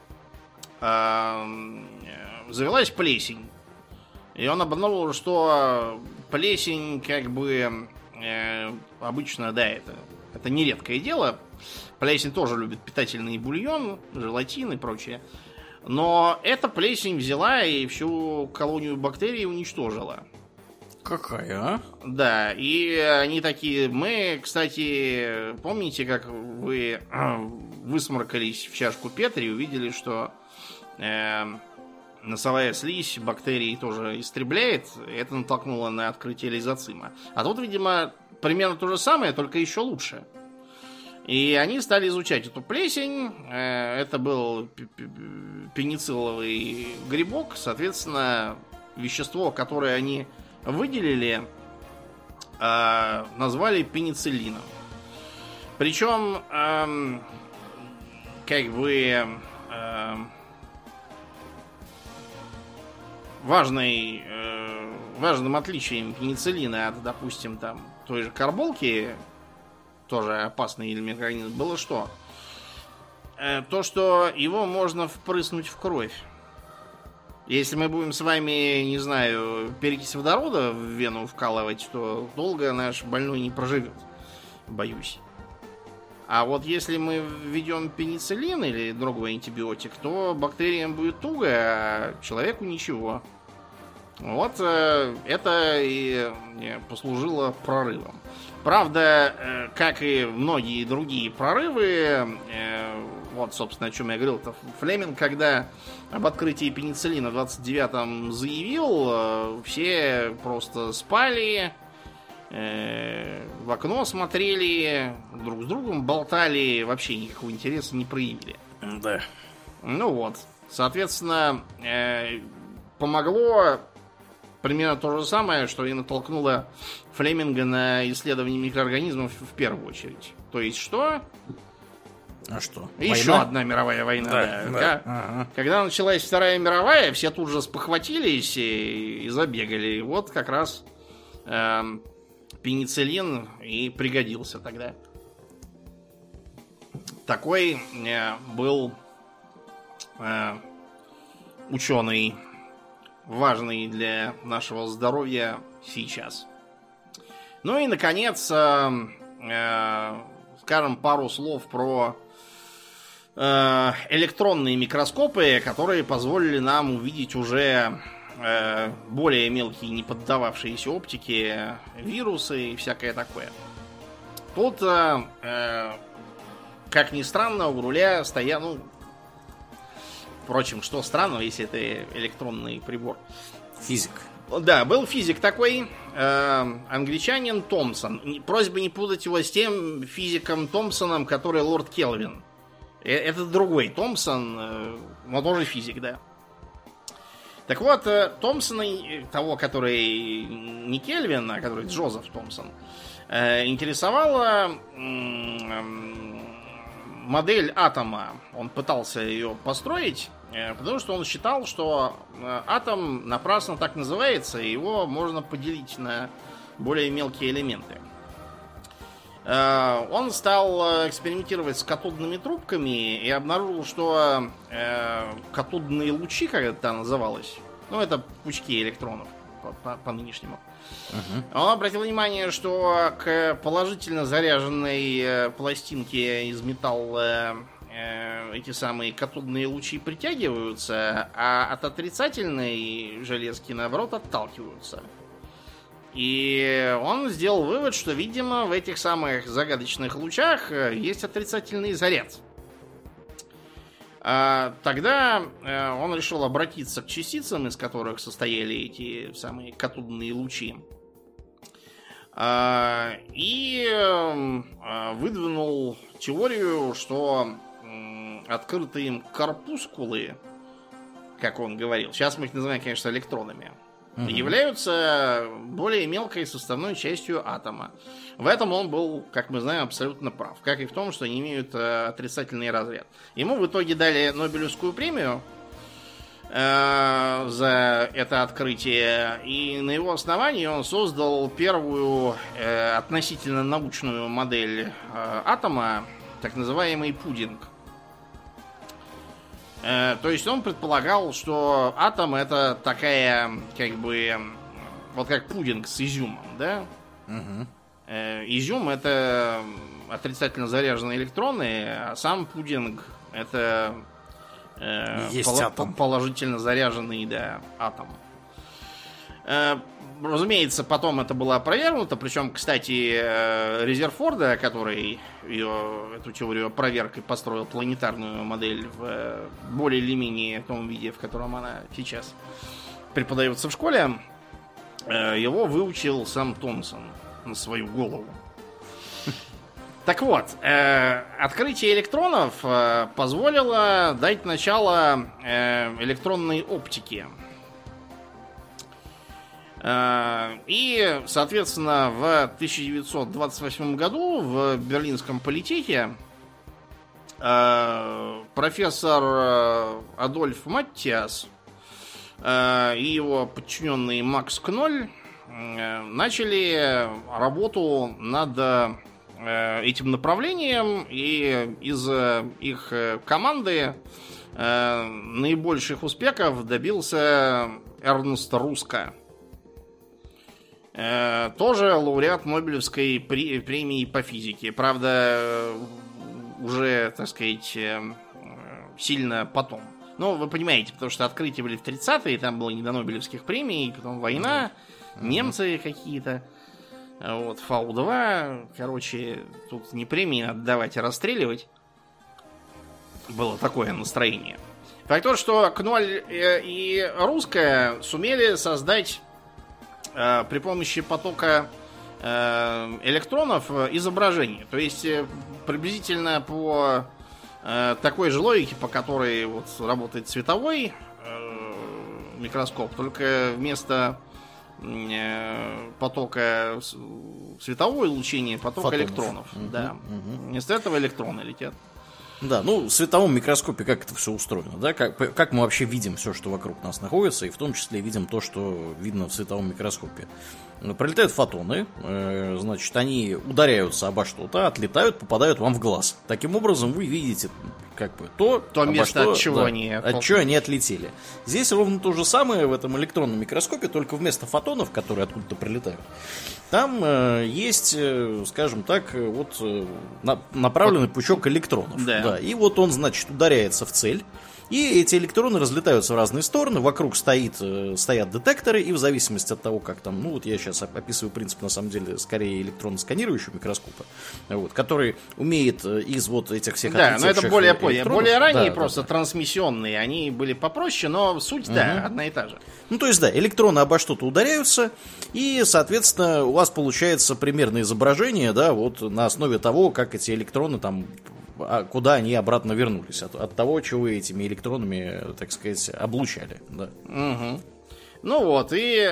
завелась плесень. И он обнаружил, что плесень как бы обычно, да, это не редкое дело. Плесень тоже любит питательный бульон, желатин и прочее. Но эта плесень взяла и всю колонию бактерий уничтожила. Какая, а? Да, и они такие... Мы, кстати, помните, как вы высморкались в чашку Петри и увидели, что носовая слизь бактерий тоже истребляет. Это натолкнуло на открытие лизоцима. А тут, видимо, примерно то же самое, только еще лучше. И они стали изучать эту плесень. Это был пеницилловый грибок. Соответственно, вещество, которое они выделили, назвали пенициллином. Причем, как бы... важным отличием пенициллина от, допустим, там, той же карболки, тоже опасный микроорганизм, было что? То, что его можно впрыснуть в кровь. Если мы будем с вами, не знаю, перекись водорода в вену вкалывать, то долго наш больной не проживет. Боюсь. А вот если мы введем пенициллин или другой антибиотик, то бактериям будет туго, а человеку ничего. Вот это и послужило прорывом. Правда, как и многие другие прорывы, вот, собственно, о чем я говорил, Флеминг, когда об открытии пенициллина в 29-м заявил, все просто спали, в окно смотрели, друг с другом болтали, вообще никакого интереса не проявили. Да. Ну вот, соответственно, помогло примерно то же самое, что и натолкнуло Флеминга на исследование микроорганизмов в первую очередь. То есть что? А что? Еще война? одна мировая война. Да. Ага. Когда началась Вторая мировая, все тут же спохватились и забегали. Вот как раз пенициллин и пригодился тогда. Такой был ученый, важный для нашего здоровья сейчас. Ну и, наконец, скажем пару слов про электронные микроскопы, которые позволили нам увидеть уже более мелкие, не поддававшиеся оптике вирусы и всякое такое. Тут, как ни странно, у руля стоял... Впрочем, что странного, если это электронный прибор? Физик. Да, был физик такой, англичанин Томпсон. Просьба не путать его с тем физиком Томпсоном, который лорд Келвин. Это другой Томпсон, но тоже физик, да. Так вот, Томпсона, того, который не Кельвин, а который Джозеф Томпсон, интересовала модель атома. Он пытался ее построить, потому что он считал, что атом напрасно так называется, и его можно поделить на более мелкие элементы. Он стал экспериментировать с катодными трубками и обнаружил, что катодные лучи, как это называлось, ну, это пучки электронов по нынешнему. Он обратил внимание, что к положительно заряженной пластинке из металла эти самые катодные лучи притягиваются, а от отрицательной железки, наоборот, отталкиваются. И он сделал вывод, что, видимо, в этих самых загадочных лучах есть отрицательный заряд. Тогда он решил обратиться к частицам, из которых состояли эти самые катодные лучи. И выдвинул теорию, что открытые им корпускулы, как он говорил, сейчас мы их называем, конечно, электронами, являются более мелкой составной частью атома. В этом он был, как мы знаем, абсолютно прав. Как и в том, что они имеют отрицательный разряд. Ему в итоге дали Нобелевскую премию за это открытие. И на его основании он создал первую относительно научную модель атома, так называемый пудинг. То есть он предполагал, что атом это такая, как бы, вот как пудинг с изюмом, да? Изюм это отрицательно заряженные электроны, а сам пудинг это положительно заряженный, да, атом. Разумеется, потом это было опровергнуто, причем, кстати, Резерфорда, который эту теорию опроверг и построил планетарную модель в более или менее том виде, в котором она сейчас преподается в школе, его выучил сам Томпсон на свою голову. Так вот, открытие электронов позволило дать начало электронной оптике. И, соответственно, в 1928 году в Берлинском политехе профессор Адольф Маттиас и его подчиненный Макс Кноль начали работу над этим направлением, и из их команды наибольших успехов добился Эрнст Руска. Тоже лауреат Нобелевской премии по физике. Правда, уже, так сказать, сильно потом. Ну, вы понимаете, потому что открытия были в 30-е, там было не до Нобелевских премий, потом война, немцы какие-то. Вот, Фау-2. Короче, тут не премии надо давать, а расстреливать. Было такое настроение. Факт то, что Кноль и Русская сумели создать при помощи потока электронов изображение. То есть приблизительно по такой же логике, по которой вот работает световой микроскоп, только вместо потока светового излучения поток фотонов. Электронов. Да. Вместо этого электроны летят. Да, ну, в световом микроскопе как это все устроено, да? Как мы вообще видим все, что вокруг нас находится, и в том числе видим то, что видно в световом микроскопе. Пролетают фотоны, значит, они ударяются обо что-то, отлетают, попадают вам в глаз. Таким образом, вы видите как бы то место, от чего они отлетели. Здесь ровно то же самое в этом электронном микроскопе, только вместо фотонов, которые откуда-то прилетают, там есть, скажем так, вот направленный пучок электронов. Да. И вот он, значит, ударяется в цель. И эти электроны разлетаются в разные стороны. Вокруг стоят детекторы. И в зависимости от того, как там... Ну, вот я сейчас описываю принцип, на самом деле, скорее электронно-сканирующего микроскопа, вот, который умеет из вот этих всех отлетевших но это более позднее. Более ранние просто трансмиссионные. Они были попроще, но суть, да, одна и та же. Ну, то есть, да, электроны обо что-то ударяются. И, соответственно, у вас получается примерное изображение, да, вот на основе того, как эти электроны там... куда они обратно вернулись от того, чего вы этими электронами, так сказать, облучали. Да. Ну вот, и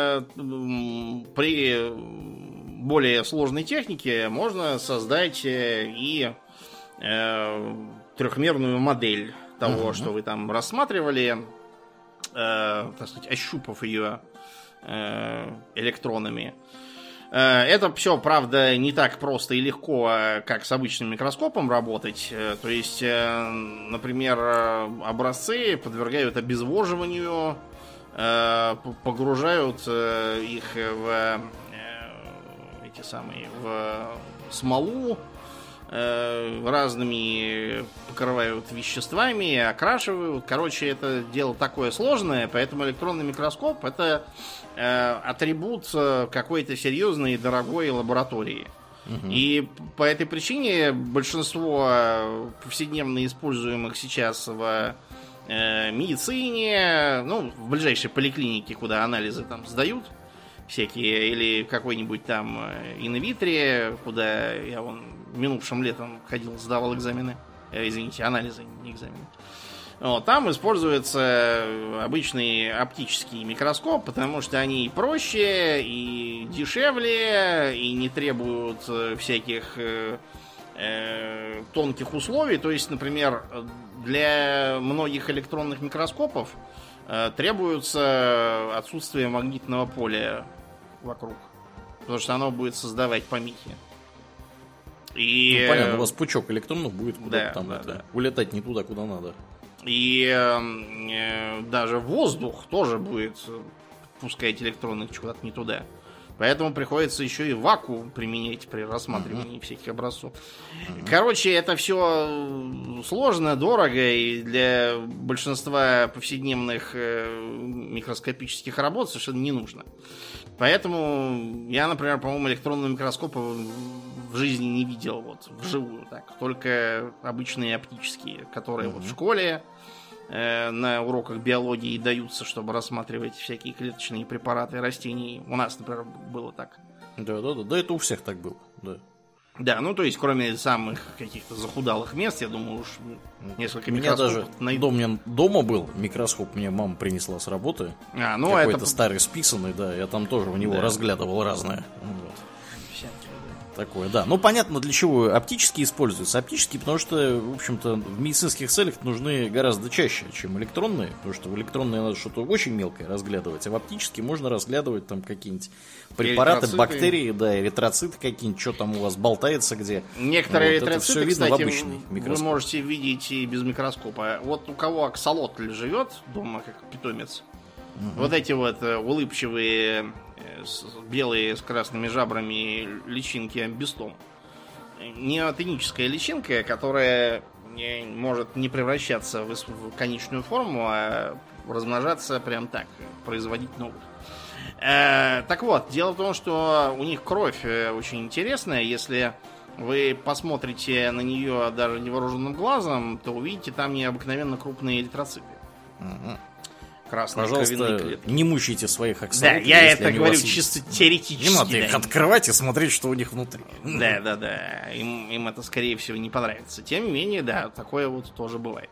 при более сложной технике можно создать и трехмерную модель того, что вы там рассматривали, так сказать, ощупав ее электронами. Это все, правда, не так просто и легко, как с обычным микроскопом работать. То есть, например, образцы подвергают обезвоживанию, погружают их в смолу, разными покрывают веществами, окрашивают. Короче, это дело такое сложное, поэтому электронный микроскоп это атрибут какой-то серьезной и дорогой лаборатории. И по этой причине большинство повседневно используемых сейчас в медицине, ну, в ближайшей поликлинике, куда анализы там сдают всякие, или какой-нибудь там инвитре, куда я вон минувшим летом ходил, сдавал экзамены. Извините, анализы, не экзамены. Вот, там используется обычный оптический микроскоп, потому что они и проще, и дешевле, и не требуют всяких тонких условий. То есть, например, для многих электронных микроскопов требуется отсутствие магнитного поля вокруг, потому что оно будет создавать помехи. И... Ну, понятно, у вас пучок электронов будет куда-то там улетать не туда, куда надо. И даже воздух тоже будет пускать электроны куда-то не туда. Поэтому приходится еще и вакуум применять при рассматривании всяких образцов. Короче, это все сложно, дорого, и для большинства повседневных микроскопических работ совершенно не нужно. Поэтому я, например, по-моему, электронного микроскопа в жизни не видел вот вживую так. Только обычные оптические, которые вот в школе на уроках биологии даются, чтобы рассматривать всякие клеточные препараты растений. У нас, например, было так. Да, это у всех так было, да. Да, ну то есть, кроме самых каких-то захудалых мест, я думаю, уж несколько микроскопов найду. У меня дома был микроскоп, мне мама принесла с работы. Ну какой-то это... старый списанный, да, я там тоже в него разглядывал разное. Вот. Такое, да. Ну, понятно, для чего оптические используются. Оптические, потому что, в общем-то, в медицинских целях нужны гораздо чаще, чем электронные. Потому что в электронные надо что-то очень мелкое разглядывать, а в оптические можно разглядывать там какие-нибудь препараты, бактерии, да, эритроциты какие-нибудь, что там у вас болтается где. Некоторые эритроциты, кстати, вы можете видеть и без микроскопа. Вот у кого аксолотль живет дома, как питомец, вот эти вот улыбчивые белые с красными жабрами личинки амбистом. Неотоническая личинка, которая может не превращаться в конечную форму, а размножаться прям так, производить новых. Так вот, дело в том, что у них кровь очень интересная. Если вы посмотрите на нее даже невооруженным глазом, то увидите там необыкновенно крупные эритроциты. Красные кровяные клетки. Не мучайте своих аксолотлей. Да, я это говорю чисто теоретически. Не надо их открывать и смотреть, что у них внутри. Да. Им это, скорее всего, не понравится. Тем не менее, да, такое вот тоже бывает.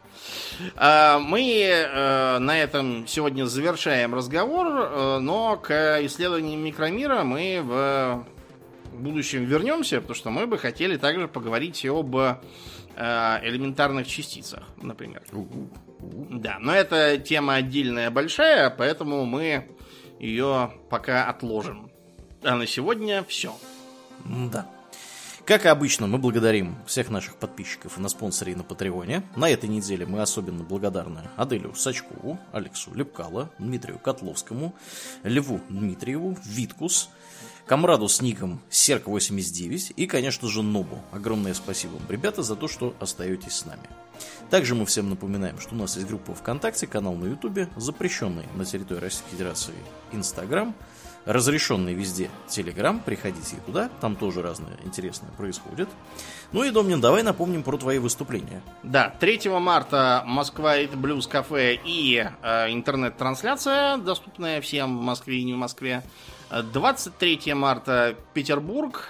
Мы на этом сегодня завершаем разговор, но к исследованиям микромира мы в будущем вернемся, потому что мы бы хотели также поговорить об элементарных частицах, например. Да, но это тема отдельная, большая, поэтому мы ее пока отложим. А на сегодня все. Да. Как и обычно, мы благодарим всех наших подписчиков и на спонсоре, и на Патреоне. На этой неделе мы особенно благодарны Аделю Сачкову, Алексу Лепкало, Дмитрию Котловскому, Льву Дмитриеву, Виткус, Камраду с ником Серк89 и, конечно же, Нобу. Огромное спасибо вам, ребята, за то, что остаетесь с нами. Также мы всем напоминаем, что у нас есть группа ВКонтакте, канал на Ютубе, запрещенный на территории Российской Федерации Инстаграм, разрешенный везде Телеграм, приходите и туда, там тоже разное интересное происходит. Ну и, Домнин, давай напомним про твои выступления. Да, 3 марта Москва It Blues кафе и интернет-трансляция, доступная всем в Москве и не в Москве. 23 марта Петербург,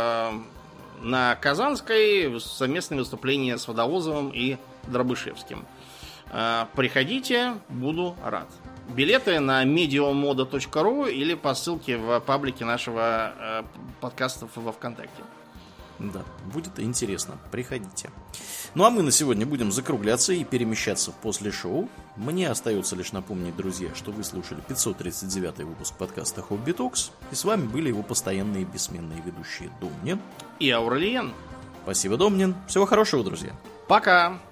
на Казанской совместное выступление с Водовозовым и Дробышевским. Приходите, буду рад. Билеты на mediomoda.ru или по ссылке в паблике нашего подкаста во ВКонтакте. Да, будет интересно. Приходите. Ну а мы на сегодня будем закругляться и перемещаться после шоу. Мне остается лишь напомнить, друзья, что вы слушали 539 выпуск подкаста Hobby Talks. И с вами были его постоянные бессменные ведущие Домнин и Аурельен. Спасибо, Домнин. Всего хорошего, друзья. Пока.